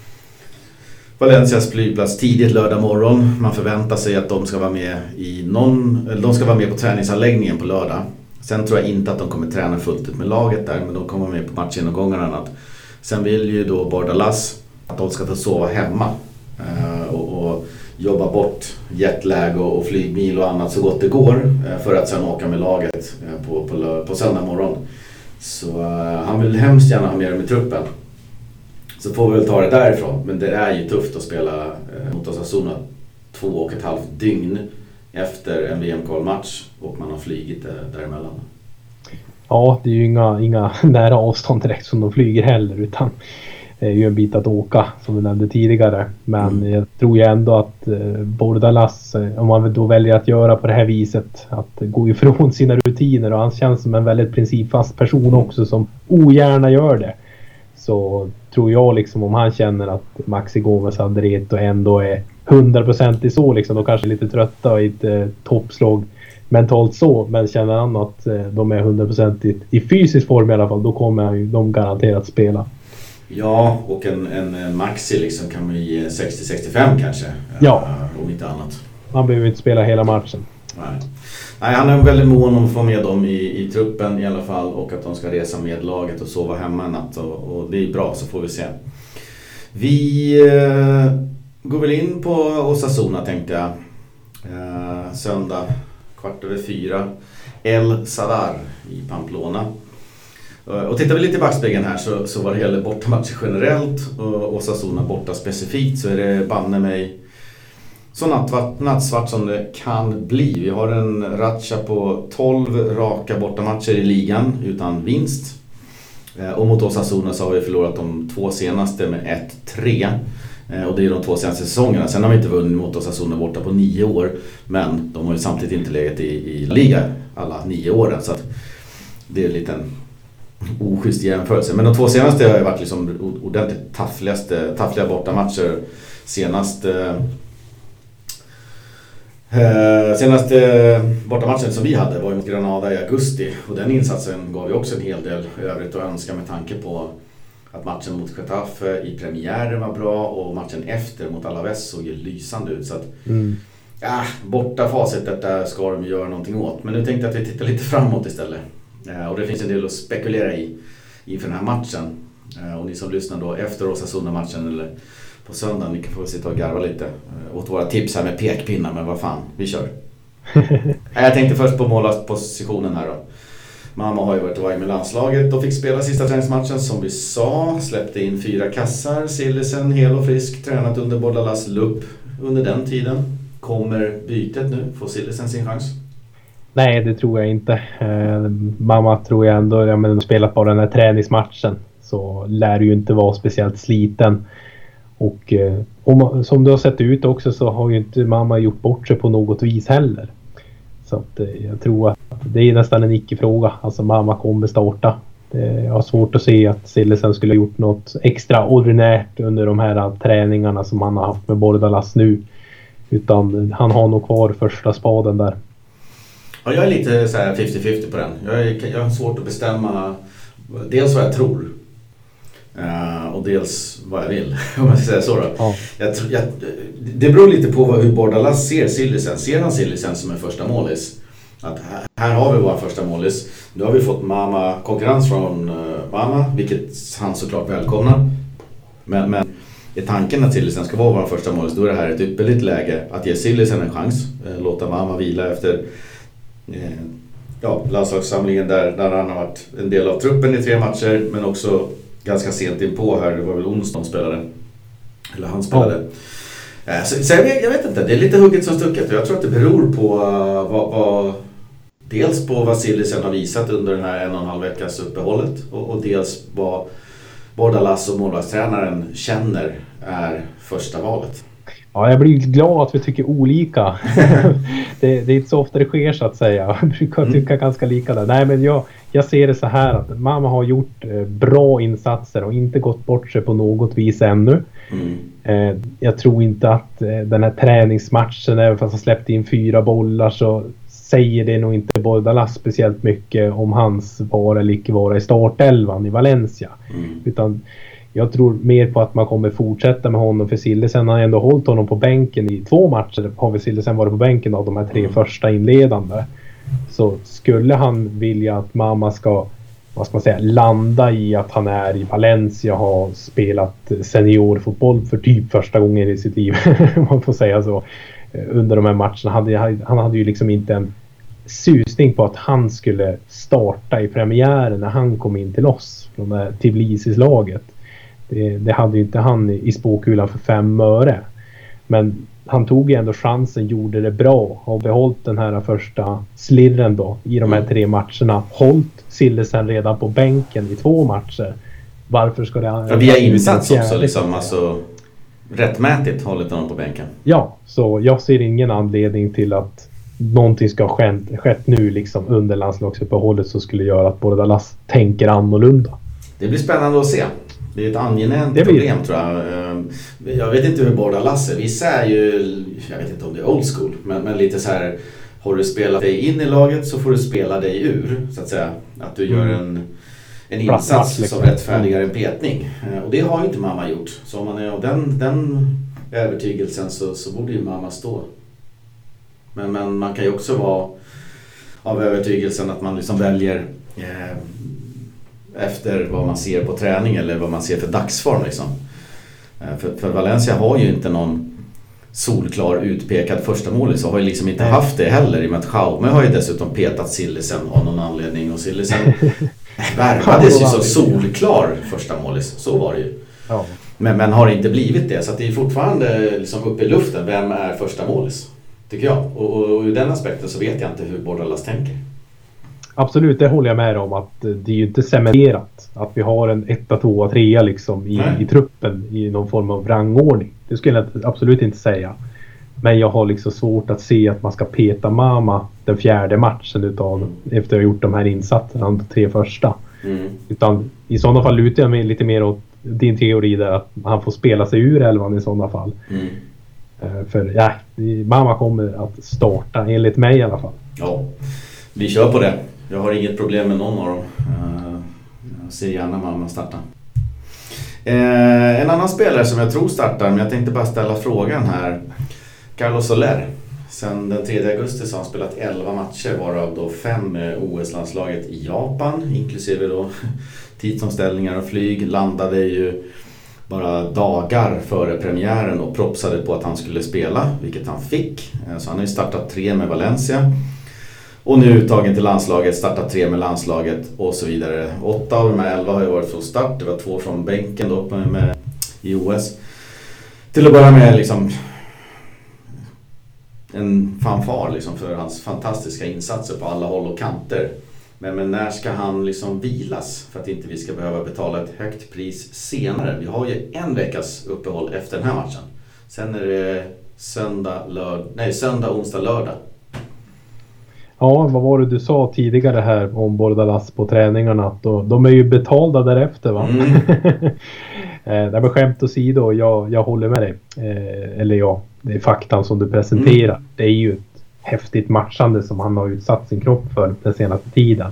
A: Valencias flygplats tidigt lördag morgon. Man förväntar sig att de ska vara med de ska vara med på träningsanläggningen på lördag. Sen tror jag inte att de kommer träna fullt ut med laget där, men de kommer med på matchgenomgångar och annat. Sen vill ju då Bordalas att de ska få sova hemma och jobba bort jetlag och flygmil och annat så gott det går för att sen åka med laget på söndag morgon. Så han vill hemskt gärna ha med dem i truppen. Så får vi väl ta det därifrån. Men det är ju tufft att spela mot Osasuna 2,5 dygn efter en VM-kvalmatch och man har flygit däremellan.
B: Ja, det är ju inga nära avstånd direkt som de flyger heller utan det är ju en bit att åka som vi nämnde tidigare. Men jag tror ju ändå att Bordalas, om man då väljer att göra på det här viset, att gå ifrån sina rutiner och han känns som en väldigt principfast person också som ogärna gör det. Så tror jag liksom om han känner att Maxi Gómez och Alderete ändå är 100% i så liksom, då kanske lite trötta och inte toppslag mentalt så, men känner han att de är 100% i fysisk form i alla fall, då kommer de garanterat spela.
A: Ja, och en Maxi liksom kan man ge 60-65 kanske, om inte annat.
B: Han behöver inte spela hela matchen.
A: Nej, han är väldigt mån om att få med dem i truppen i alla fall och att de ska resa med laget och sova hemma en natt och det är bra, så får vi se. Vi går väl in på Osasuna tänkte jag. Söndag 4:15 El Sadar i Pamplona. Och tittar vi lite i backspegeln här så var det hela bortamatcher generellt och Osasuna borta specifikt så är det banne mig så nattsvart som det kan bli. Vi har en ratcha på 12 raka bortamatcher i ligan utan vinst. Och mot Osasuna så har vi förlorat de 2 senaste med 1-3. Och det är de 2 senaste säsongerna. Sen har vi inte vunnit mot Osasuna borta på 9 år. Men de har ju samtidigt inte legat i liga alla 9 åren. Så att det är en liten oschysst jämförelse. Men de 2 senaste har ju varit liksom ordentligt taffliga bortamatcher. Senaste bortamatchen som vi hade var ju mot Granada i augusti. Och den insatsen gav ju också en hel del övrigt att önska med tanke på att matchen mot Getafe i premiären var bra och matchen efter mot Alaves såg ju lysande ut. Så att, borta facit detta ska de göra någonting åt. Men nu tänkte jag att vi tittar lite framåt istället. Och det finns en del att spekulera i inför den här matchen. Och ni som lyssnar då efter Osasuna-matchen eller på söndag, ni kan få sitta och garva lite åt våra tips här med pekpinnar, men vad fan, vi kör. Jag tänkte först på målvaktspositionen här då. Mamma har ju varit med landslaget och fick spela sista träningsmatchen som vi sa. Släppte in 4 kassar. Sillisen hel och frisk. Tränat under Bordalas lupp under den tiden. Kommer bytet nu? Får Sillisen sin chans?
B: Nej, det tror jag inte. Mamma tror jag ändå, de spelat bara den här träningsmatchen. Så lär ju inte vara speciellt sliten. Och som det har sett ut också så har ju inte mamma gjort bort sig på något vis heller. Så att jag tror att det är nästan en icke-fråga. Alltså mamma kommer starta. Jag har svårt att se att Sillisen skulle ha gjort något extraordinärt under de här träningarna som han har haft med Bordalas nu. Utan han har nog kvar första spaden där.
A: Ja, jag är lite så här 50-50 på den. Jag har svårt att bestämma dels vad jag tror. Och dels vad jag vill, om man ska säga så då. Ja. Det beror lite på hur Bordalas ser Sillisen. Ser han Sillisen som en första målis? Att här har vi vår första målis. Nu har vi fått konkurrens från mamma, vilket han såklart välkomnar. Men är tanken att Sillisen ska vara vår första målis, då är det här ett ypperligt läge att ge Sillisen en chans. Låta mamma vila efter landslagssamlingen där han har varit en del av truppen i 3 matcher, men också ganska sent in på här, det var väl onsdag spelade. Eller han spelade. Så jag vet inte, det är lite hugget som stucket. Jag tror att det beror på dels på vad Sillisen har visat under den här 1,5 veckas uppehållet och dels vad Bordalas och målvaktstränaren känner är första valet.
B: Ja, jag blir glad att vi tycker olika. det är inte så ofta det sker så att säga. Jag brukar tycka ganska lika där. Nej, men jag ser det så här att mamma har gjort bra insatser och inte gått bort sig på något vis ännu. Jag tror inte att den här träningsmatchen, även fast han släppte in 4 bollar, så säger det nog inte Bordalas speciellt mycket om hans vara eller icke vara i startelvan i Valencia. Utan jag tror mer på att man kommer fortsätta med honom, för Sillisen har ändå hållit honom på bänken i 2 matcher. Har vi Sillisen varit på bänken av de här 3 första inledande. Så skulle han vilja att mamma ska, vad ska man säga, landa i att han är i Valencia, har spelat seniorfotboll för typ första gången i sitt liv, om man får säga så, under de här matcherna. Han hade ju liksom inte en susning på att han skulle starta i premiären när han kom in till oss från det Tbilisi-laget. Det hade ju inte han i spåkulan för 5 öre. Men han tog ju ändå chansen, gjorde det bra och behållit den här första slirren då i de här 3 matcherna. Hållt Sillisen redan på bänken i 2 matcher. Varför ska det...
A: via insats också liksom, alltså rättmätigt hållit honom på bänken.
B: Ja, så jag ser ingen anledning till att någonting ska ha skett nu liksom under landslagsuppehållet som skulle göra att Bordalas tänker annorlunda.
A: Det blir spännande att se. Det är ett angenämt problem tror jag. Jag vet inte hur Bordalas är. Vissa är ju, jag vet inte om det är old school, men lite så här, har du spelat dig in i laget så får du spela dig ur, så att säga. Att du gör en insats liksom, som rättfärdigar en petning. Och det har ju inte mamma gjort. Så om man är av den övertygelsen så borde ju mamma stå. Men man kan ju också vara av övertygelsen att man liksom väljer efter vad man ser på träning eller vad man ser för dagsform liksom. För Valencia har ju inte någon solklar utpekad första målis, så har ju liksom inte haft det heller, i och med att Jaume har ju dessutom petat Sillisen av någon anledning, och Sillisen värvades ju som solklar första målis, så var det ju. Ja. Men har inte blivit det, så att det är fortfarande liksom uppe i luften, vem är första målis, tycker jag. Och ur den aspekten så vet jag inte hur Bordalas tänker.
B: Absolut, det håller jag med om, att det är ju inte cementerat att vi har en 1, 2, 3 liksom i truppen i någon form av rangordning. Det skulle jag absolut inte säga. Men jag har liksom svårt att se att man ska peta Mama den 4:e matchen efter att ha gjort de här insatserna, de 3 första. Utan i sådana fall lutar jag mig lite mer åt din teori där att han får spela sig ur elvan i sådana fall. För Mama kommer att starta, enligt mig i alla fall.
A: Ja, vi kör på det. Jag har inget problem med någon av dem. Jag ser gärna Mama starta. En annan spelare som jag tror startar, men jag tänkte bara ställa frågan här. Carlos Soler. Sen den 3 augusti så har han spelat 11 matcher, varav då 5 med OS-landslaget i Japan, inklusive då tidsomställningar och flyg. Landade ju bara dagar före premiären och propsade på att han skulle spela, vilket han fick. Så han har ju startat 3 med Valencia. Och nu uttagen till landslaget, startat 3 med landslaget och så vidare. 8 av de här 11 har ju varit från start. Det var 2 från bänken då i OS. Till att börja med liksom en fanfar liksom för hans fantastiska insatser på alla håll och kanter. Men när ska han liksom vilas för att inte vi ska behöva betala ett högt pris senare? Vi har ju en veckas uppehåll efter den här matchen. Sen är det söndag, onsdag, lördag.
B: Ja, vad var det du sa tidigare här om Bordalas på träningarna? De är ju betalda därefter, va? Det var skämt åsido, jag håller med dig. Det är faktan som du presenterar. Det är ju ett häftigt matchande som han har utsatt sin kropp för den senaste tiden.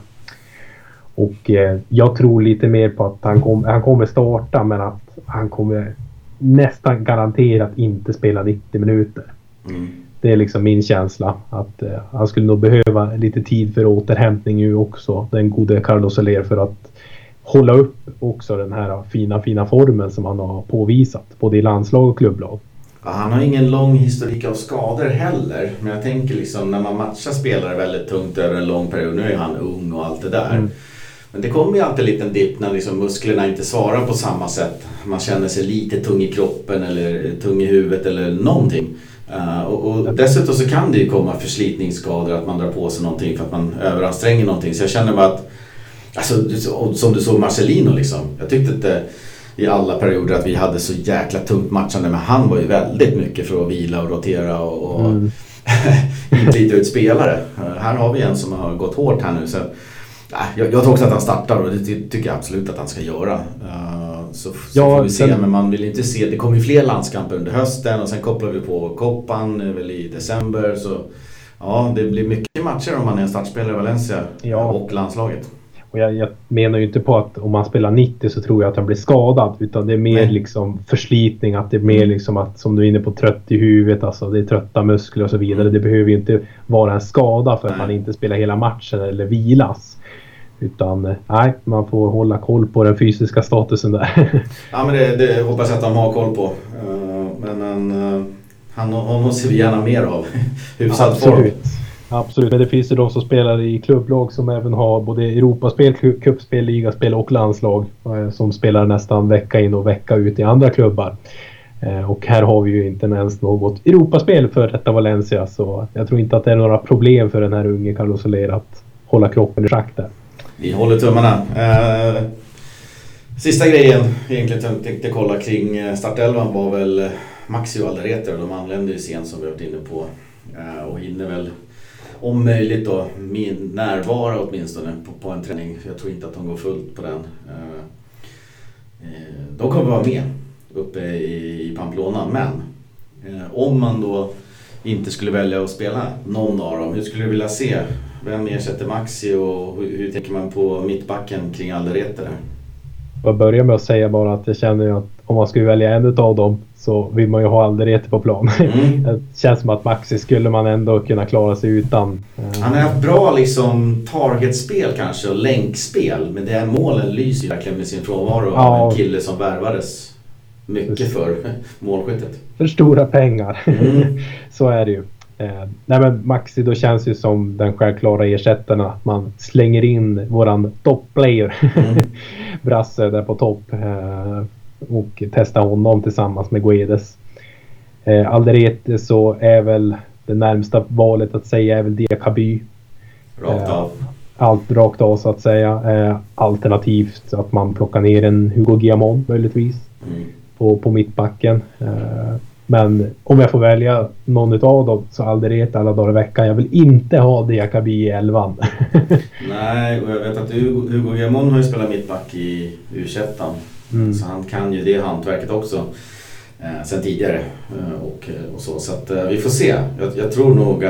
B: Och jag tror lite mer på att han kommer starta, men att han kommer nästan garanterat inte spela 90 minuter. Det är liksom min känsla, att han skulle nog behöva lite tid för återhämtning nu också, den gode Carlos Soler, för att hålla upp också den här fina formen som han har påvisat både i landslag och klubblag.
A: Ja, han har ingen lång historik av skador heller, men jag tänker liksom när man matchar spelare väldigt tungt över en lång period, nu är han ung och allt det där. Men det kommer ju alltid en liten dipp när liksom musklerna inte svarar på samma sätt. Man känner sig lite tung i kroppen eller tung i huvudet eller någonting. Och dessutom så kan det ju komma förslitningsskador, att man drar på sig någonting för att man överanstränger någonting. Så jag känner bara att, alltså, som du såg Marcelino liksom, jag tyckte inte i alla perioder att vi hade så jäkla tungt matchande, men han var ju väldigt mycket för att vila och rotera och inte lite ut spelare. Här har vi en som har gått hårt här nu, så jag tror också att han startar, och det tycker jag absolut att han ska göra. Så får vi se, men man vill inte se, det kommer ju fler landskamper under hösten och sen kopplar vi på Copan väl i december, så ja, det blir mycket matcher om man är en startspelare i Valencia och landslaget.
B: Och jag menar ju inte på att om man spelar 90 så tror jag att han blir skadad, utan det är mer liksom förslitning, att det är mer liksom att, som du är inne på, trött i huvudet, alltså det är trötta muskler och så vidare. Det behöver ju inte vara en skada för att man inte spelar hela matchen eller vilas. Utan man får hålla koll på den fysiska statusen där. Ja,
A: men det hoppas jag att de har koll på. Men honom ser vi gärna mer av. Hyfsad form.
B: Absolut, men det finns ju de som spelar i klubblag som även har både Europaspel, cupspel, ligaspel och landslag, som spelar nästan vecka in och vecka ut i andra klubbar. Och här har vi ju inte ens något Europaspel för detta Valencia, så jag tror inte att det är några problem för den här unge Carlos Soler att hålla kroppen i schack där.
A: Vi håller tummarna. Sista grejen egentligen jag tänkte kolla kring startelvan var väl Maxi och Alderete. De anlände ju sent, som vi har varit inne på, och hinner väl om möjligt då min närvaro åtminstone på en träning. Jag tror inte att de går fullt på den. De kommer vara med uppe i Pamplona, men om man då inte skulle välja att spela någon av dem, hur skulle du vilja se? Vem ersätter Maxi och hur tänker man på mittbacken kring Alderete där?
B: Jag börjar med att säga bara att jag känner ju att om man skulle välja en av dem så vill man ju ha Alderete på plan. Det känns som att Maxi skulle man ändå kunna klara sig utan.
A: Han har haft bra liksom targetspel kanske och länkspel, men det här målen lyser ju verkligen med sin frånvaro av en kille som värvades mycket för målskyttet. För
B: stora pengar. Så är det ju. Nej, men Maxi då känns ju som den självklara ersättaren, att man slänger in våran topplayer Brasse där på topp och testar honom tillsammans med Guedes. Alderete så är väl det närmsta valet att säga är väl Diakaby.
A: Rakt av.
B: allt rakt av så att säga. Alternativt att man plockar ner en Hugo Guillamon möjligtvis på mittbacken. Men om jag får välja någon av dem så Alderete alla dagar i veckan. Jag vill inte ha Diakaby i 11.
A: Nej, och jag vet att Hugo Guillamon har ju spelat mittback i U21. Så han kan ju det hantverket också sen tidigare. Och så att vi får se. Jag tror nog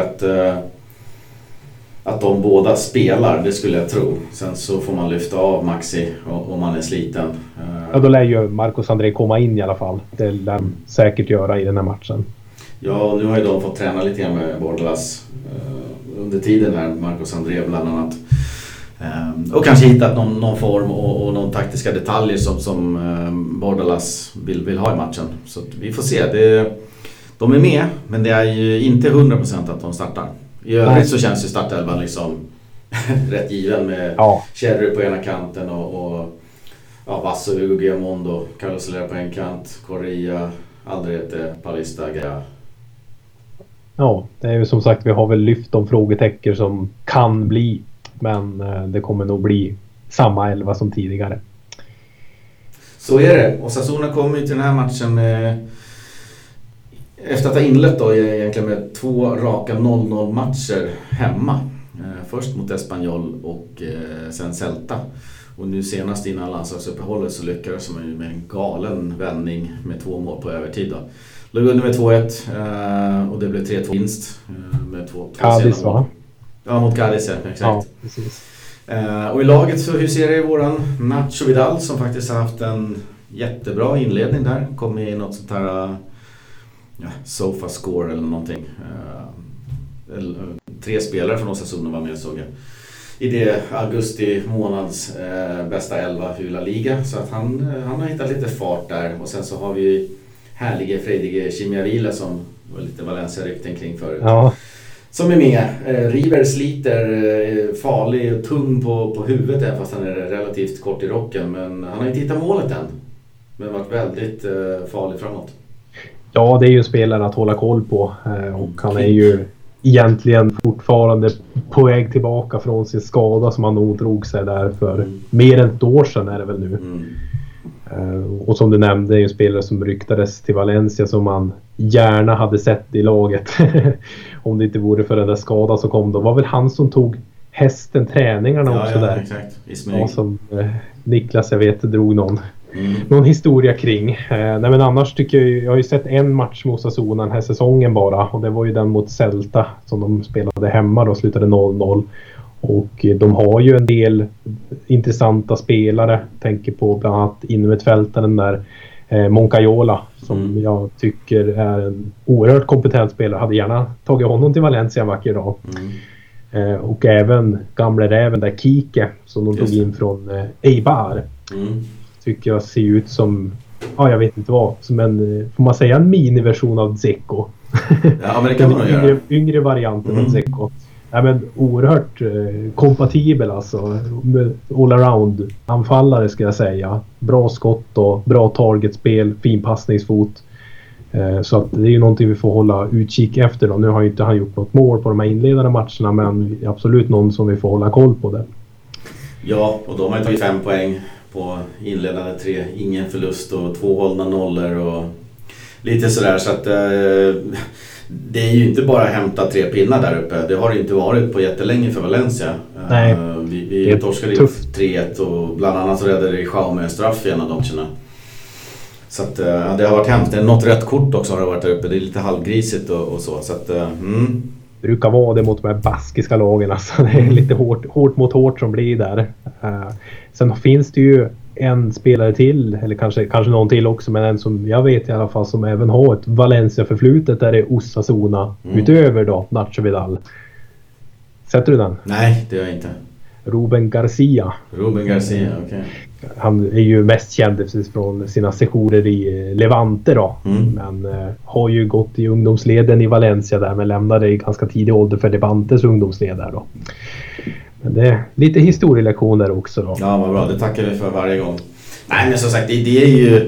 A: att de båda spelar, det skulle jag tro. Sen så får man lyfta av Maxi om man är sliten.
B: Ja, då lär ju Marcos André komma in i alla fall. Det lär de säkert göra i den här matchen.
A: Ja, och nu har ju de fått träna lite grann med Bordalas under tiden här, Marcos André bland annat. Och kanske hittat någon form och någon taktiska detaljer som Bordalas vill ha i matchen. Så vi får se. De är med, men det är ju inte 100% att de startar. I övrigt så känns ju startelvan liksom rätt given med Cherry på ena kanten och Vasso, Hugo Guillamon då, Carlos Soler på en kant, Correa, Alderete, Paulista, Gea.
B: Ja, det är ju som sagt, vi har väl lyft de frågetecken som kan bli, men det kommer nog bli samma 11 som tidigare.
A: Så är det. Och Osasuna kommer ju till den här matchen efter att ha inlett då egentligen med 2 raka 0-0 matcher hemma. Först mot Espanyol och sen Celta. Och nu senast innan landslagsuppehållet så lyckades man ju med en galen vändning med 2 mål på övertid då. Låg under med 2-1 och det blev 3-2 vinst med 2
B: Cadiz, va?
A: Ja, mot Cadiz, exakt.
B: Ja, precis.
A: Och i laget så huserar ju våran Nacho Vidal som faktiskt har haft en jättebra inledning där. Kom i något sånt här sofa score eller någonting. 3 spelare från Osasuna var med, såg jag. I det augusti månads bästa 11 i La Liga. Så att han har hittat lite fart där. Och sen så har vi härlige Freidige Chimiavila som var lite Valencia-rykten kring förut.
B: Ja.
A: Som är med. River sliter, farlig och tung på huvudet även fast han är relativt kort i rocken. Men han har inte hittat målet än. Men varit väldigt farlig framåt.
B: Ja, det är ju en spelare att hålla koll på. Och han är ju egentligen fortfarande på väg tillbaka från sin skada som han nog drog sig där för mer än ett år sedan är det väl nu. Och som du nämnde är ju en spelare som ryktades till Valencia som man gärna hade sett i laget. Om det inte vore för den där skadan som kom då. Var väl han som tog hästen träningarna också där.
A: Exakt.
B: Ja, som Niklas, jag vet, drog någon historia kring. Nej, men annars tycker jag har ju sett en match mot Osasuna den här säsongen bara. Och det var ju den mot Celta som de spelade hemma då, slutade 0-0. Och de har ju en del intressanta spelare. Tänker på bland annat innermittfältaren där Moncayola som jag tycker är en oerhört kompetent spelare. Hade gärna tagit honom till Valencia en vacker dag. Och även gamla räven där Kike som de tog in från Eibar. Tycker jag ser ut som, jag vet inte vad, som en, får man säga en miniversion av Dzeko.
A: Ja, men det kan man göra.
B: Yngre varianten av Dzeko. Ja, men oerhört kompatibel alltså. All around anfallare ska jag säga. Bra skott och bra targetspel, fin passningsfot. Så att det är ju någonting vi får hålla utkik efter då. Nu har ju inte han gjort något mål på de här inledande matcherna, men absolut någon som vi får hålla koll på det. Ja,
A: och de har ju tagit 5 poäng på inledande 3, ingen förlust och 2 hållna nollor och lite sådär, så att det är ju inte bara hämta 3 pinnar där uppe. Det har det inte varit på jättelänge för Valencia.
B: Nej,
A: vi torskade 3-1 och bland annat så räddade Jaume straff i en av de matcherna. Så att det har varit hemskt. Det är något rött kort också har det varit där uppe. Det är lite halvgrisigt och så. Så att,
B: Det brukar vara det mot de här baskiska lagen. Alltså. Det är lite hårt mot hårt som blir där. Sen finns det ju en spelare till, eller kanske någon till också, men en som jag vet i alla fall som även har ett Valencia-förflutet där är Osasuna utöver då Nacho Vidal. Sätter du den?
A: Nej, det gör jag inte.
B: Ruben Garcia,
A: okej.
B: Han är ju mest känd från sina sessioner i Levante då. Men har ju gått i ungdomsleden i Valencia där, men lämnade i ganska tidig ålder för Levantes ungdomsled där då. Men det är lite historielektioner också då.
A: Ja, vad bra. Det tackar vi för varje gång. Nej, men som sagt, det är ju...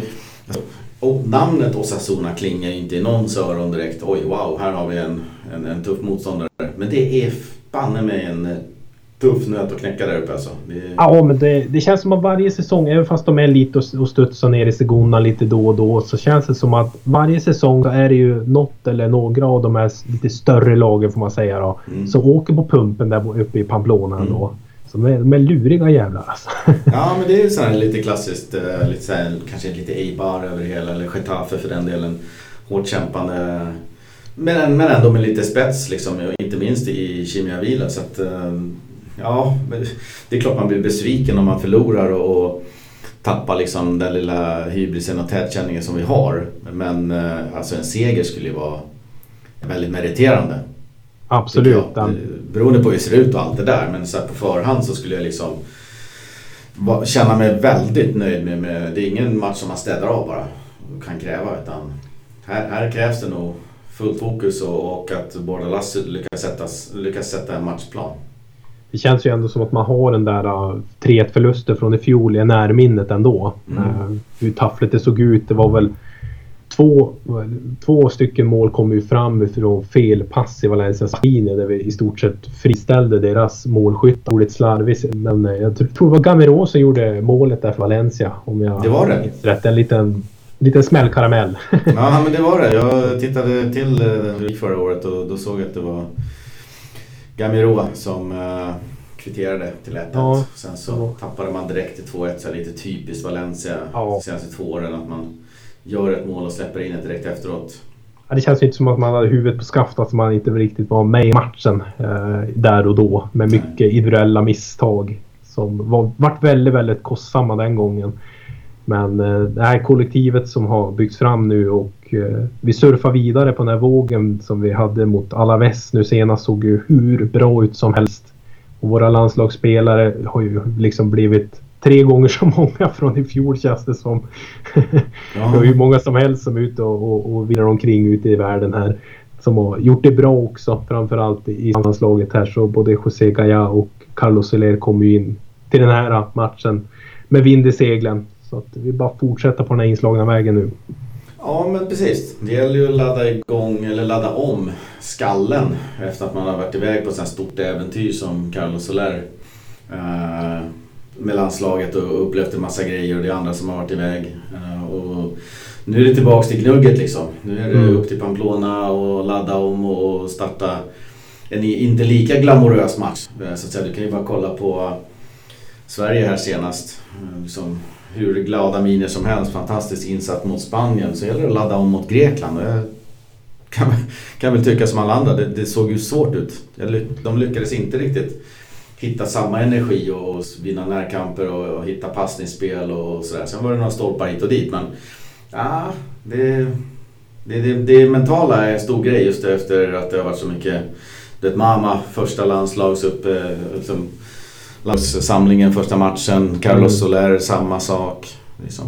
A: namnet Osasuna klingar ju inte i någons öron direkt. Oj, wow, här har vi en tuff motståndare. Men det är banne med en tuff nöt att knäcka där uppe alltså.
B: Ja, men det känns som att varje säsong, även fast de är lite och studsar ner i Segunda lite då och då, så känns det som att varje säsong så är det ju något eller några av de här lite större lagen får man säga då, som åker på pumpen där uppe i Pamplona då. Så de är luriga jävlar alltså.
A: Ja, men det är ju så här lite klassiskt, lite så här, kanske lite Eibar över hela, eller Getafe för den delen, hårt kämpande. Men ändå med lite spets liksom, inte minst i Chimia Vila, så att ja, det är klart man blir besviken om man förlorar och tappar liksom den lilla hybrisen och tätkänningen som vi har. Men alltså en seger skulle ju vara väldigt meriterande.
B: Absolut.
A: Beroende på hur det ser ut och allt det där, men så här på förhand så skulle jag liksom känna mig väldigt nöjd med det är ingen match som man städar av bara och kan kräva, utan här krävs det nog full fokus och att båda lasset lyckas sätta en matchplan.
B: Det känns ju ändå som att man har den där 3-1 förluster från i fjol i närminnet ändå. Hur taffligt det såg ut. Det var väl två stycken mål kom ju fram från fel pass i Valencias linje där vi i stort sett friställde deras målskytt. Ordet slarvigt, men jag tror det var Gamero som gjorde målet där för Valencia. Om jag
A: det var det.
B: Rätt, en liten smällkaramell.
A: Ja, men det var det. Jag tittade till förra året och då såg jag att det var Gamero som kvitterade till 1-1. Ja. Sen så tappade man direkt till 2-1, så lite typiskt Valencia senaste 2 åren, att man gör ett mål och släpper in det direkt efteråt.
B: Ja, det känns ju inte som att man hade huvudet på skaft, att man inte riktigt var med i matchen där och då, med mycket individuella misstag som varit väldigt, väldigt kostsamma den gången. Men det här kollektivet som har byggts fram nu, och vi surfar vidare på den här vågen som vi hade mot Alaves nu senast, såg ju hur bra ut som helst. Och våra landslagsspelare har ju liksom blivit 3 gånger så många från i fjol, känns det som. Det är ju många som helst som är ute och vilar omkring ute i världen här, som har gjort det bra också, framförallt i landslaget här. Så både José Gaya och Carlos Soler kommer ju in till den här matchen med vind i seglen. Så att vi bara fortsätter på den här inslagna vägen nu.
A: Ja, men precis. Det gäller ju att ladda om skallen efter att man har varit iväg på ett sånt stort äventyr som Carlos Soler med landslaget och upplevt en massa grejer, och det är andra som har varit iväg. Och nu är det tillbaka till gnugget liksom. Nu är det upp till Pamplona och ladda om och starta en inte lika glamorös match. Så att säga, du kan ju bara kolla på Sverige här senast. Liksom, hur glada miner som helst, fantastiskt insatt mot Spanien, så gäller det att ladda om mot Grekland. Och jag kan väl tycka som alla andra, det såg ju svårt ut. De lyckades inte riktigt hitta samma energi och vinna närkamper och hitta passningsspel och sådär. Sen var det några stolpar hit och dit, men ja, det mentala är en stor grej just efter att det har varit så mycket. Det mamma första landslags liksom, samlingen första matchen, Carlos Soler samma sak liksom.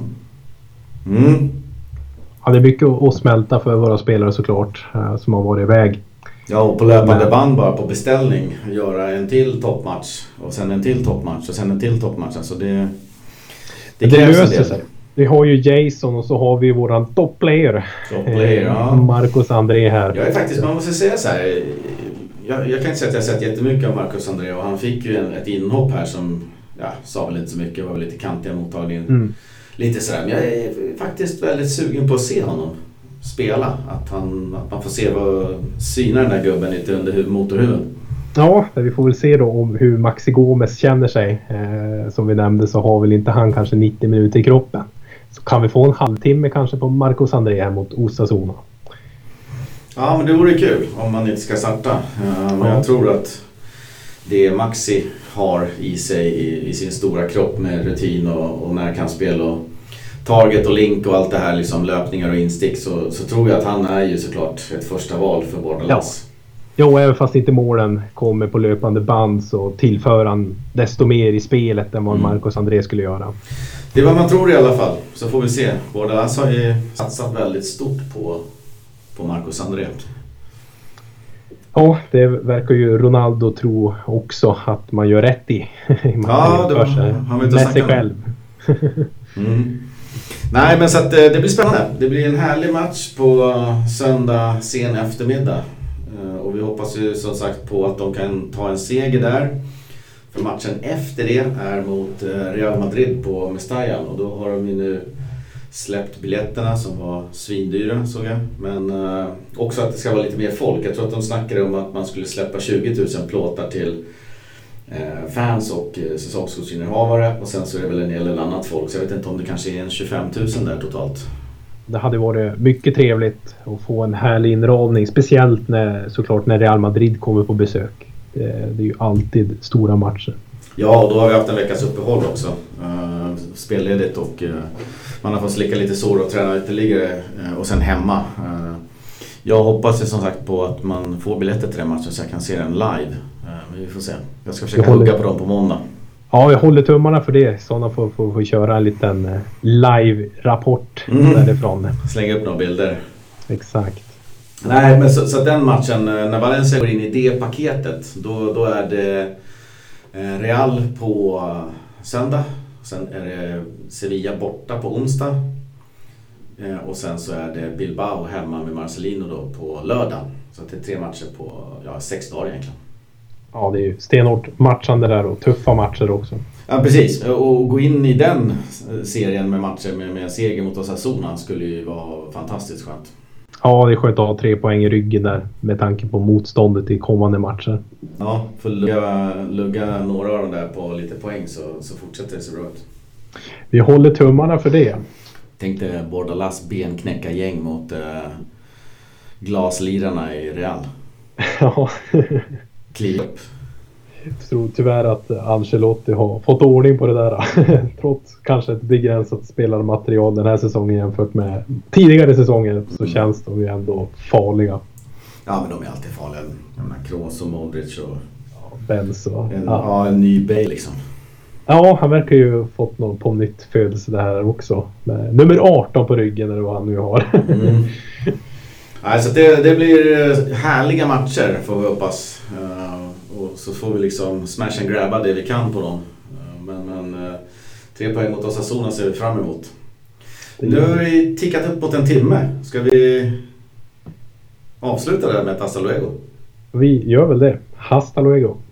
B: Ja, det är mycket att smälta för våra spelare såklart, som har varit iväg.
A: Ja, och på löpande band bara på beställning göra en till toppmatch och sen en till toppmatch och sen en till toppmatch. Alltså det
B: löser sig. Vi har ju Jason och så har vi våran topplayer, Marcos André här.
A: Jag är faktiskt, man måste säga så här, jag kan inte säga att jag har sett jättemycket av Marcos André, och han fick ju ett inhopp här som sa väl inte så mycket, var väl lite kantiga mottagningen. Lite sådär, men jag är faktiskt väldigt sugen på att se honom spela, att man får se vad synar den där gubben lite under motorhuven.
B: Ja, vi får väl se då om hur Maxi Gomez känner sig. Som vi nämnde så har väl inte han kanske 90 minuter i kroppen. Så kan vi få en halvtimme kanske på Marcos André här mot Osasuna.
A: Ja, men det vore kul om man inte ska starta. Men jag tror att det Maxi har i sig i sin stora kropp med rutin och närkampsspel och target och link och allt det här, liksom löpningar och instick, så tror jag att han är ju såklart ett första val för Bordalas.
B: Ja, även fast inte målen kommer på löpande band så tillför han desto mer i spelet än vad Marcos André skulle göra.
A: Det är vad man tror i alla fall, så får vi se. Bordalas har ju satsat väldigt stort på Marcos André.
B: Ja, det verkar ju Ronaldo tro också att man gör rätt i.
A: Ja, han vill inte
B: med sig själv.
A: Nej, men så att det blir spännande. Det blir en härlig match på söndag sen eftermiddag. Och vi hoppas ju som sagt på att de kan ta en seger där. För matchen efter det är mot Real Madrid på Mestalla, och då har de ju nu släppt biljetterna som var svindyra, såg jag. Men också att det ska vara lite mer folk. Jag tror att de snackade om att man skulle släppa 20 000 plåtar till fans och säsongskortsinnehavare, och sen så är det väl en hel del annat folk, så jag vet inte om det kanske är en 25 000 där totalt.
B: Det hade varit mycket trevligt att få en härlig inramning, speciellt när Real Madrid kommer på besök. Det är ju alltid stora matcher.
A: Ja, och då har vi haft en veckas uppehåll också, spelledigt, och man har fått slicka lite sår och träna ytterligare, och sen hemma. Jag hoppas ju som sagt på att man får biljetter till den matchen så jag kan se den live. Men vi får se. Jag ska försöka hugga på dem på måndag.
B: Ja, jag håller tummarna för det. Sådana får köra en liten live-rapport därifrån.
A: Slänga upp några bilder.
B: Exakt.
A: Nej, men så den matchen, när Valencia går in i det paketet, då är det Real på söndag. Sen är det Sevilla borta på onsdag. Och sen så är det Bilbao hemma med Marcelino då på lördag. Så det är 3 matcher på 6 dagar egentligen.
B: Ja, det är ju stenhårt matchande där och tuffa matcher också.
A: Ja, precis. Och gå in i den serien med matcher med en seger mot Osasuna skulle ju vara fantastiskt skönt.
B: Ja, det är skönt att ha 3 poäng i ryggen där med tanke på motståndet i kommande matcher.
A: Ja, för lugga några av dem där på lite poäng så fortsätter det så bra ut.
B: Vi håller tummarna för det.
A: Tänkte Bordalas benknäcka gäng mot glaslirarna i Real.
B: Ja.
A: Kliv upp.
B: Jag tror tyvärr att Ancelotti har fått ordning på det där. Trots kanske ett begränsat spelarmaterial den här säsongen jämfört med tidigare säsonger, så känns de ju ändå farliga.
A: Ja, men de är alltid farliga. Kroos och Modric och
B: Benz och...
A: en ny Bale liksom.
B: Ja, han verkar ju fått någon på nytt födelse det här också. Med nummer 18 på ryggen eller vad han nu har.
A: Alltså det blir härliga matcher får vi hoppas. Och så får vi liksom smash and grabba det vi kan på dem. Men 3 poäng mot Osasuna ser vi fram emot. Nu har vi tickat upp mot en timme. Ska vi avsluta det med ett hasta luego?
B: Vi gör väl det. Hasta luego.